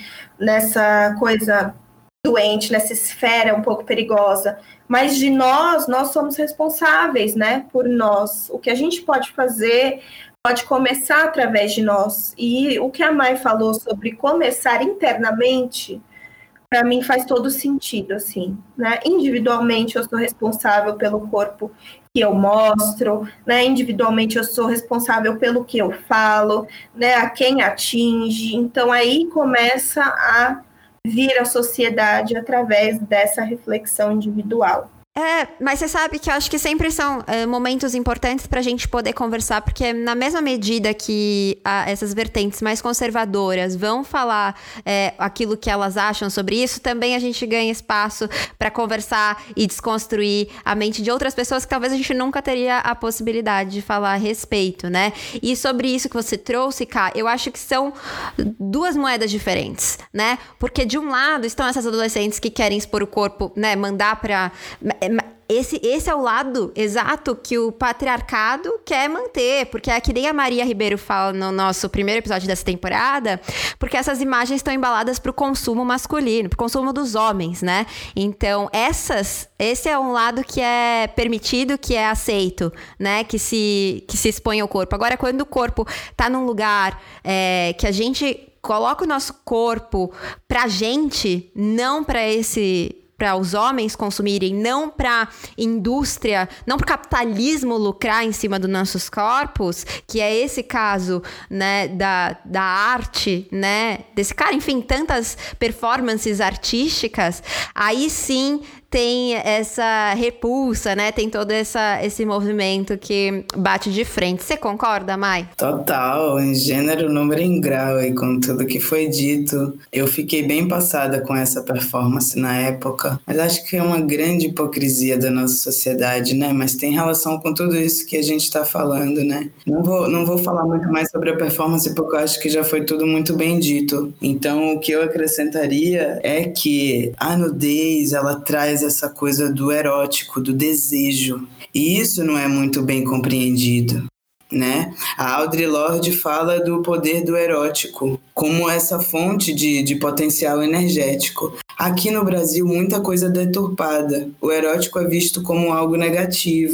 nessa coisa doente, nessa esfera um pouco perigosa. Mas de nós, nós somos responsáveis, né? Por nós. O que a gente pode fazer pode começar através de nós. E o que a Mai falou sobre começar internamente, para mim faz todo sentido, assim, né? Individualmente eu sou responsável pelo corpo que eu mostro, né? Individualmente eu sou responsável pelo que eu falo, né? A quem atinge. Então aí começa a vir a sociedade através dessa reflexão individual. É, mas você sabe que eu acho que sempre são é, momentos importantes pra gente poder conversar, porque na mesma medida que a, essas vertentes mais conservadoras vão falar é, aquilo que elas acham sobre isso, também a gente ganha espaço pra conversar e desconstruir a mente de outras pessoas que talvez a gente nunca teria a possibilidade de falar a respeito, né? E sobre isso que você trouxe, Ká, eu acho que são duas moedas diferentes, né? Porque de um lado estão essas adolescentes que querem expor o corpo, né? Mandar pra... Esse, esse é o lado exato que o patriarcado quer manter, porque é que nem a Maria Ribeiro fala no nosso primeiro episódio dessa temporada, porque essas imagens estão embaladas para o consumo masculino, para o consumo dos homens, né? Então, essas, esse é um lado que é permitido, que é aceito, né? Que se, que se expõe ao corpo. Agora, quando o corpo tá num lugar é, que a gente coloca o nosso corpo pra gente, não pra esse... para os homens consumirem, não para indústria, não para o capitalismo lucrar em cima dos nossos corpos, que é esse caso, né, da, da arte, né, desse cara, enfim, tantas performances artísticas, aí sim tem essa repulsa, né? Tem todo essa, esse movimento que bate de frente. Você concorda, Mai? Total, em gênero, número e grau, e com tudo que foi dito. Eu fiquei bem passada com essa performance na época, mas acho que é uma grande hipocrisia da nossa sociedade, né? Mas tem relação com tudo isso que a gente está falando, né? Não vou, não vou falar muito mais sobre a performance, porque eu acho que já foi tudo muito bem dito. Então, o que eu acrescentaria é que a nudez, ela traz essa coisa do erótico, do desejo. E isso não é muito bem compreendido, né? A Audre Lorde fala do poder do erótico como essa fonte de, de potencial energético. Aqui no Brasil, muita coisa é deturpada. O erótico é visto como algo negativo.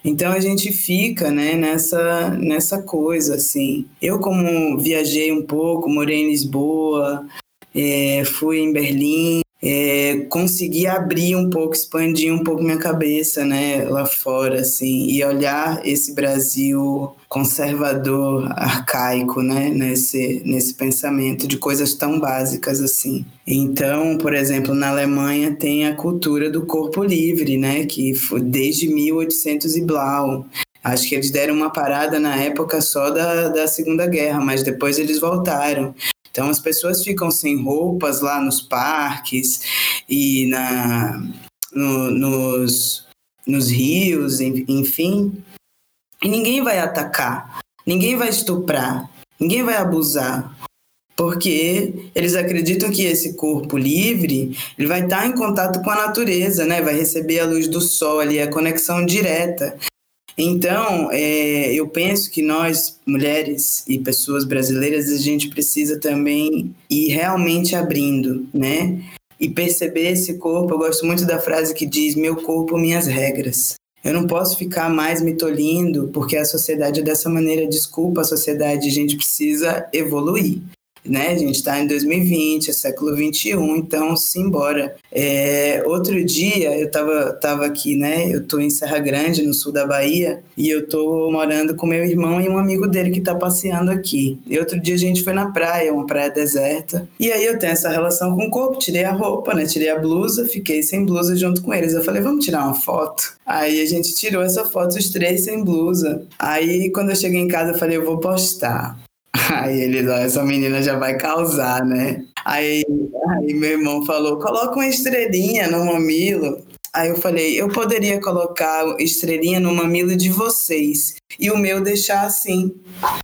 Então a gente fica, né, nessa, nessa coisa, assim. Eu, como viajei um pouco, morei em Lisboa, é, fui em Berlim, é, consegui abrir um pouco, expandir um pouco minha cabeça, né, lá fora, assim, e olhar esse Brasil conservador, arcaico, né, nesse, nesse pensamento de coisas tão básicas assim. Então, por exemplo, na Alemanha tem a cultura do corpo livre, né, que foi desde mil e oitocentos e blau. Acho que eles deram uma parada na época só da, da Segunda Guerra, mas depois eles voltaram. Então as pessoas ficam sem roupas lá nos parques e na, no, nos, nos rios, enfim. E ninguém vai atacar, ninguém vai estuprar, ninguém vai abusar. Porque eles acreditam que esse corpo livre ele vai estar em contato com a natureza, né? Vai receber a luz do sol ali, a conexão direta. Então, é, eu penso que nós, mulheres e pessoas brasileiras, a gente precisa também ir realmente abrindo, né? E perceber esse corpo. Eu gosto muito da frase que diz, meu corpo, minhas regras. Eu não posso ficar mais me tolindo, porque a sociedade é dessa maneira. Desculpa a sociedade, a gente precisa evoluir. Né? A gente está em dois mil e vinte, é século vinte e um, então simbora. É, outro dia eu estava tava aqui, né? Eu estou em Serra Grande, no sul da Bahia, e eu estou morando com meu irmão e um amigo dele que está passeando aqui. E outro dia a gente foi na praia, uma praia deserta, e aí eu tenho essa relação com o corpo, tirei a roupa, né? Tirei a blusa, fiquei sem blusa junto com eles. Eu falei, vamos tirar uma foto? Aí a gente tirou essa foto, os três sem blusa. Aí quando eu cheguei em casa eu falei, eu vou postar. Aí ele, ó, essa menina já vai causar, né? Aí, aí meu irmão falou, coloca uma estrelinha no mamilo. Aí eu falei, eu poderia colocar estrelinha no mamilo de vocês e o meu deixar assim,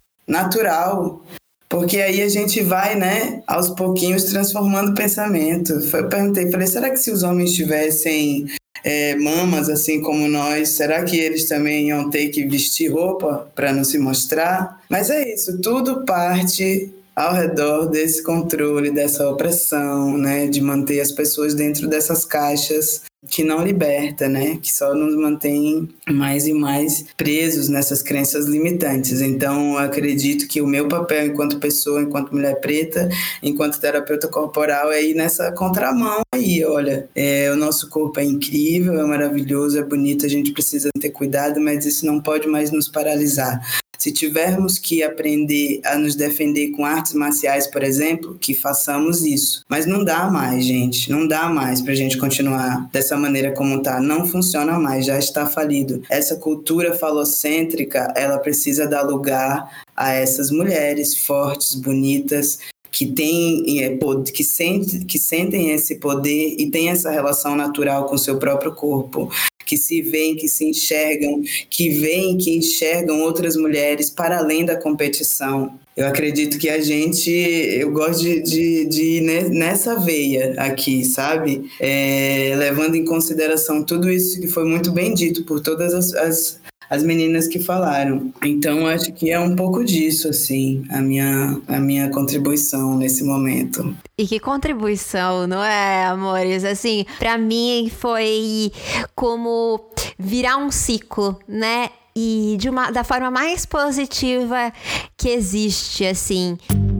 natural. Porque aí a gente vai, né, aos pouquinhos transformando o pensamento. Eu perguntei, falei, será que se os homens tivessem é, mamas assim como nós, será que eles também iam ter que vestir roupa para não se mostrar? Mas é isso, tudo parte ao redor desse controle, dessa opressão, né, de manter as pessoas dentro dessas caixas que não liberta, né, que só nos mantém mais e mais presos nessas crenças limitantes. Então, eu acredito que o meu papel enquanto pessoa, enquanto mulher preta, enquanto terapeuta corporal, é ir nessa contramão aí, olha, é, o nosso corpo é incrível, é maravilhoso, é bonito, a gente precisa ter cuidado, mas isso não pode mais nos paralisar. Se tivermos que aprender a nos defender com artes marciais, por exemplo, que façamos isso. Mas não dá mais, gente. Não dá mais pra gente continuar dessa maneira como tá. Não funciona mais, já está falido. Essa cultura falocêntrica, ela precisa dar lugar a essas mulheres fortes, bonitas, que têm, que sentem, que sentem esse poder e têm essa relação natural com o seu próprio corpo, que se veem, que se enxergam, que veem, que enxergam outras mulheres para além da competição. Eu acredito que a gente, eu gosto de, de, de ir nessa veia aqui, sabe? É, levando em consideração tudo isso que foi muito bem dito por todas as, as, as meninas que falaram. Então, acho que é um pouco disso, assim, a minha, a minha contribuição nesse momento. E que contribuição, não é, amores? Assim, pra mim foi como virar um ciclo, né? E de uma, da forma mais positiva que existe, assim.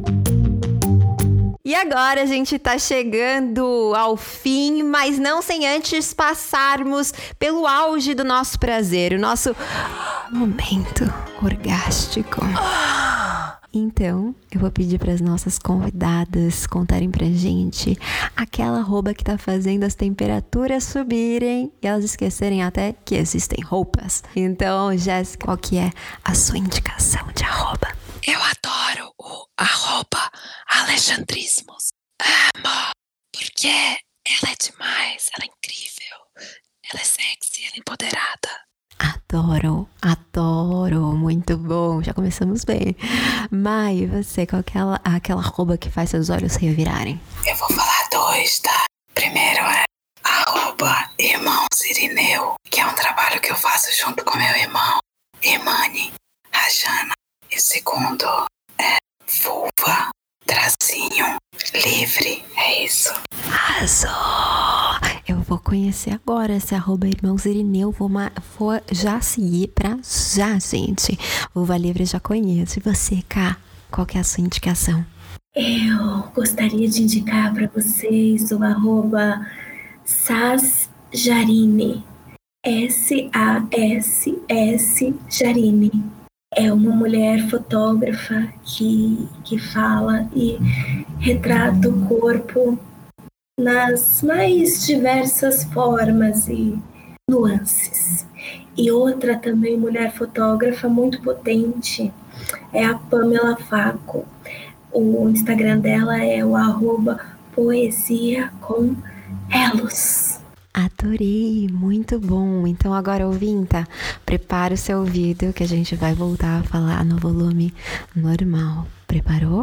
E agora a gente tá chegando ao fim, mas não sem antes passarmos pelo auge do nosso prazer, o nosso momento orgástico. Então, eu vou pedir para as nossas convidadas contarem pra gente aquela arroba que tá fazendo as temperaturas subirem e elas esquecerem até que existem roupas. Então, Jéssica, qual que é a sua indicação de arroba? Eu adoro o arroba Alexandrismos. Amo, porque ela é demais, ela é incrível, ela é sexy, ela é empoderada. Adoro, adoro, muito bom, já começamos bem. Mai, você, qual que é aquela, aquela arroba que faz seus olhos revirarem? Eu vou falar dois, tá? Primeiro é arroba Irmãos Irineu, que é um trabalho que eu faço junto com meu irmão, Irmani Rajana. E o segundo é vulva, tracinho, livre, é isso. Arrasou! Eu vou conhecer agora esse arroba Irmãos Irineu. Vou, ma- vou já seguir pra já, gente. Vulva Livre já conheço. E você, Ká? Qual que é a sua indicação? Eu gostaria de indicar para vocês o arroba Sasjarine. S A S S Jarine. É uma mulher fotógrafa que, que fala e retrata o corpo nas mais diversas formas e nuances. E outra também mulher fotógrafa muito potente é a Pamela Faco. O Instagram dela é o arroba poesia com elos. Adorei, muito bom. Então agora, ouvinta, prepara o seu ouvido que a gente vai voltar a falar no volume normal. Preparou?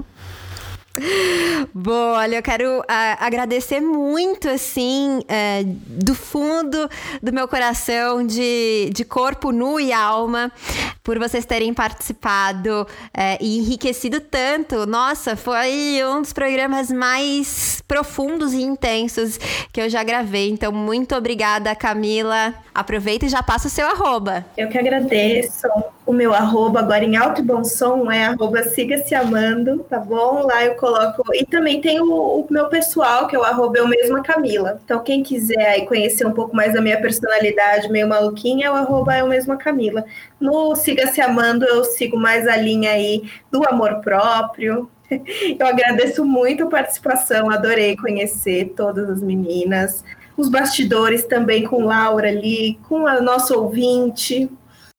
Bom, olha, eu quero uh, agradecer muito, assim, uh, do fundo do meu coração, de, de corpo nu e alma, por vocês terem participado uh, e enriquecido tanto. Nossa, foi um dos programas mais profundos e intensos que eu já gravei. Então, muito obrigada, Camila. Aproveita e já passa o seu arroba. Eu que agradeço. O meu arroba agora em alto e bom som é arroba siga-se amando, tá bom? Lá eu coloco... E também tem o, o meu pessoal, que é o arroba eu mesma Camila. Então quem quiser aí conhecer um pouco mais da minha personalidade meio maluquinha, é o arroba eu mesma Camila. No siga-se amando eu sigo mais a linha aí do amor próprio. Eu agradeço muito a participação, adorei conhecer todas as meninas. Os bastidores também com Laura ali, com a nossa ouvinte...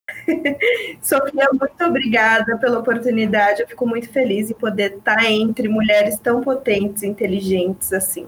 Sofia, muito obrigada pela oportunidade. Eu fico muito feliz em poder estar entre mulheres tão potentes e inteligentes assim.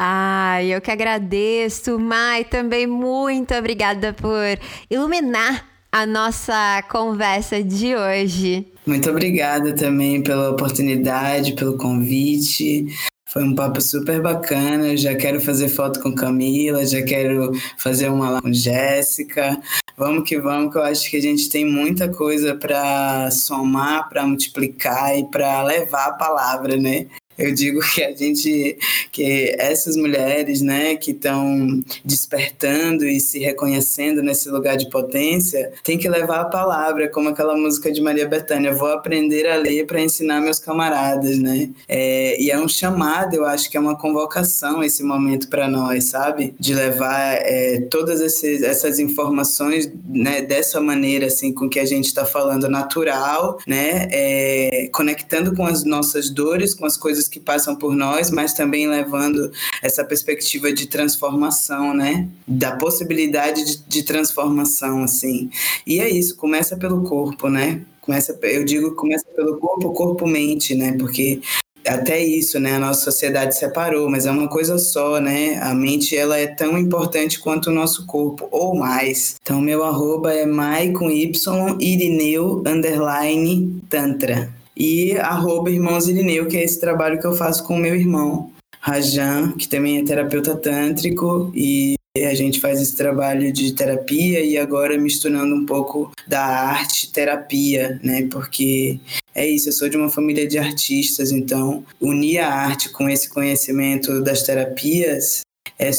Ai, eu que agradeço, Mai, também muito obrigada por iluminar a nossa conversa de hoje. Muito obrigada também pela oportunidade, pelo convite. Foi um papo super bacana. Eu já quero fazer foto com Camila, já quero fazer uma lá com Jéssica. Vamos que vamos, que eu acho que a gente tem muita coisa para somar, para multiplicar e para levar a palavra, né? Eu digo que a gente, que essas mulheres, né, que estão despertando e se reconhecendo nesse lugar de potência, tem que levar a palavra, como aquela música de Maria Bethânia, vou aprender a ler para ensinar meus camaradas, né? É, e é um chamado, eu acho que é uma convocação esse momento para nós, sabe? De levar é, todas esses, essas informações, né, dessa maneira, assim, com que a gente está falando natural, né? É, conectando com as nossas dores, com as coisas que passam por nós, mas também levando essa perspectiva de transformação, né? Da possibilidade de, de transformação, assim. E é isso, começa pelo corpo, né? Começa, eu digo que começa pelo corpo, corpo-mente, né? Porque até isso, né? A nossa sociedade separou, mas é uma coisa só, né? A mente, ela é tão importante quanto o nosso corpo, ou mais. Então, meu arroba é mai com Y, Irineu, underline, tantra. E arroba Irmãos Irineu, que é esse trabalho que eu faço com o meu irmão, Rajan, que também é terapeuta tântrico, e a gente faz esse trabalho de terapia e agora misturando um pouco da arte terapia, né? Porque é isso, eu sou de uma família de artistas, então unir a arte com esse conhecimento das terapias é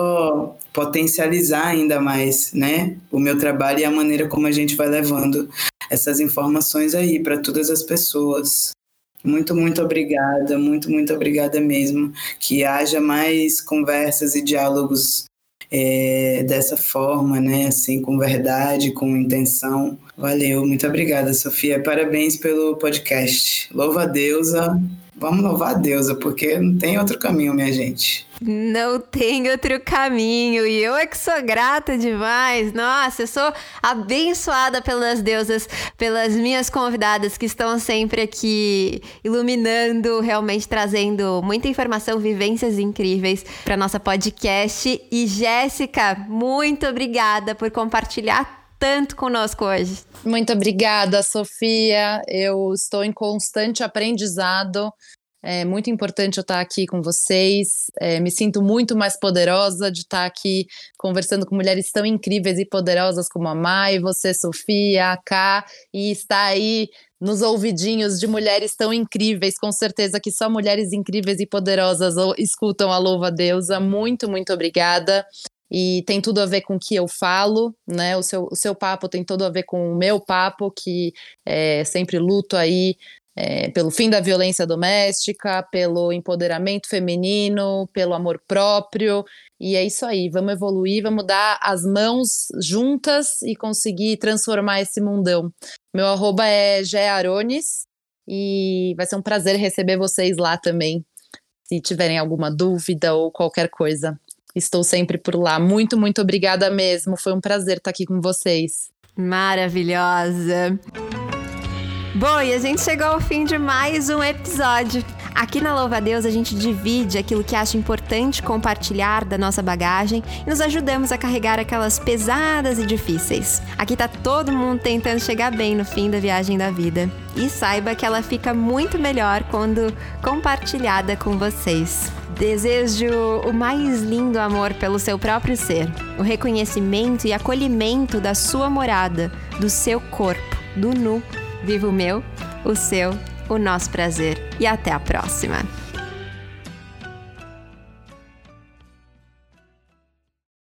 só potencializar ainda mais, né? O meu trabalho e a maneira como a gente vai levando essas informações aí para todas as pessoas. Muito, muito obrigada, muito, muito obrigada mesmo. Que haja mais conversas e diálogos é, dessa forma, né? Assim, com verdade, com intenção. Valeu, muito obrigada, Sofia. Parabéns pelo podcast. Louva a deusa. Vamos louvar a deusa, porque não tem outro caminho, minha gente. Não tem outro caminho, e eu é que sou grata demais. Nossa, eu sou abençoada pelas deusas, pelas minhas convidadas que estão sempre aqui iluminando, realmente trazendo muita informação, vivências incríveis para nossa podcast. E Jéssica, muito obrigada por compartilhar tanto conosco hoje. Muito obrigada, Sofia. Eu estou em constante aprendizado. É muito importante eu estar aqui com vocês. É, me sinto muito mais poderosa de estar aqui conversando com mulheres tão incríveis e poderosas como a Mai, você, Sofia, a Ká, e estar aí nos ouvidinhos de mulheres tão incríveis. Com certeza que só mulheres incríveis e poderosas escutam a Louva a Deusa. Muito, muito obrigada. e tem tudo a ver com o que eu falo, né? O seu, o seu papo tem tudo a ver com o meu papo, que é, sempre luto aí é, pelo fim da violência doméstica, pelo empoderamento feminino, pelo amor próprio, e é isso aí, vamos evoluir, vamos dar as mãos juntas e conseguir transformar esse mundão. Meu arroba é gearones, e vai ser um prazer receber vocês lá também, se tiverem alguma dúvida ou qualquer coisa. Estou sempre por lá. Muito, muito obrigada mesmo. Foi um prazer estar aqui com vocês. Maravilhosa. Bom, e a gente chegou ao fim de mais um episódio. Aqui na Louva a Deus a gente divide aquilo que acha importante compartilhar da nossa bagagem e nos ajudamos a carregar aquelas pesadas e difíceis. Aqui tá todo mundo tentando chegar bem no fim da viagem da vida. E saiba que ela fica muito melhor quando compartilhada com vocês. Desejo o mais lindo amor pelo seu próprio ser, o reconhecimento e acolhimento da sua morada, do seu corpo, do nu. Viva o meu, o seu, o nosso prazer. E até a próxima!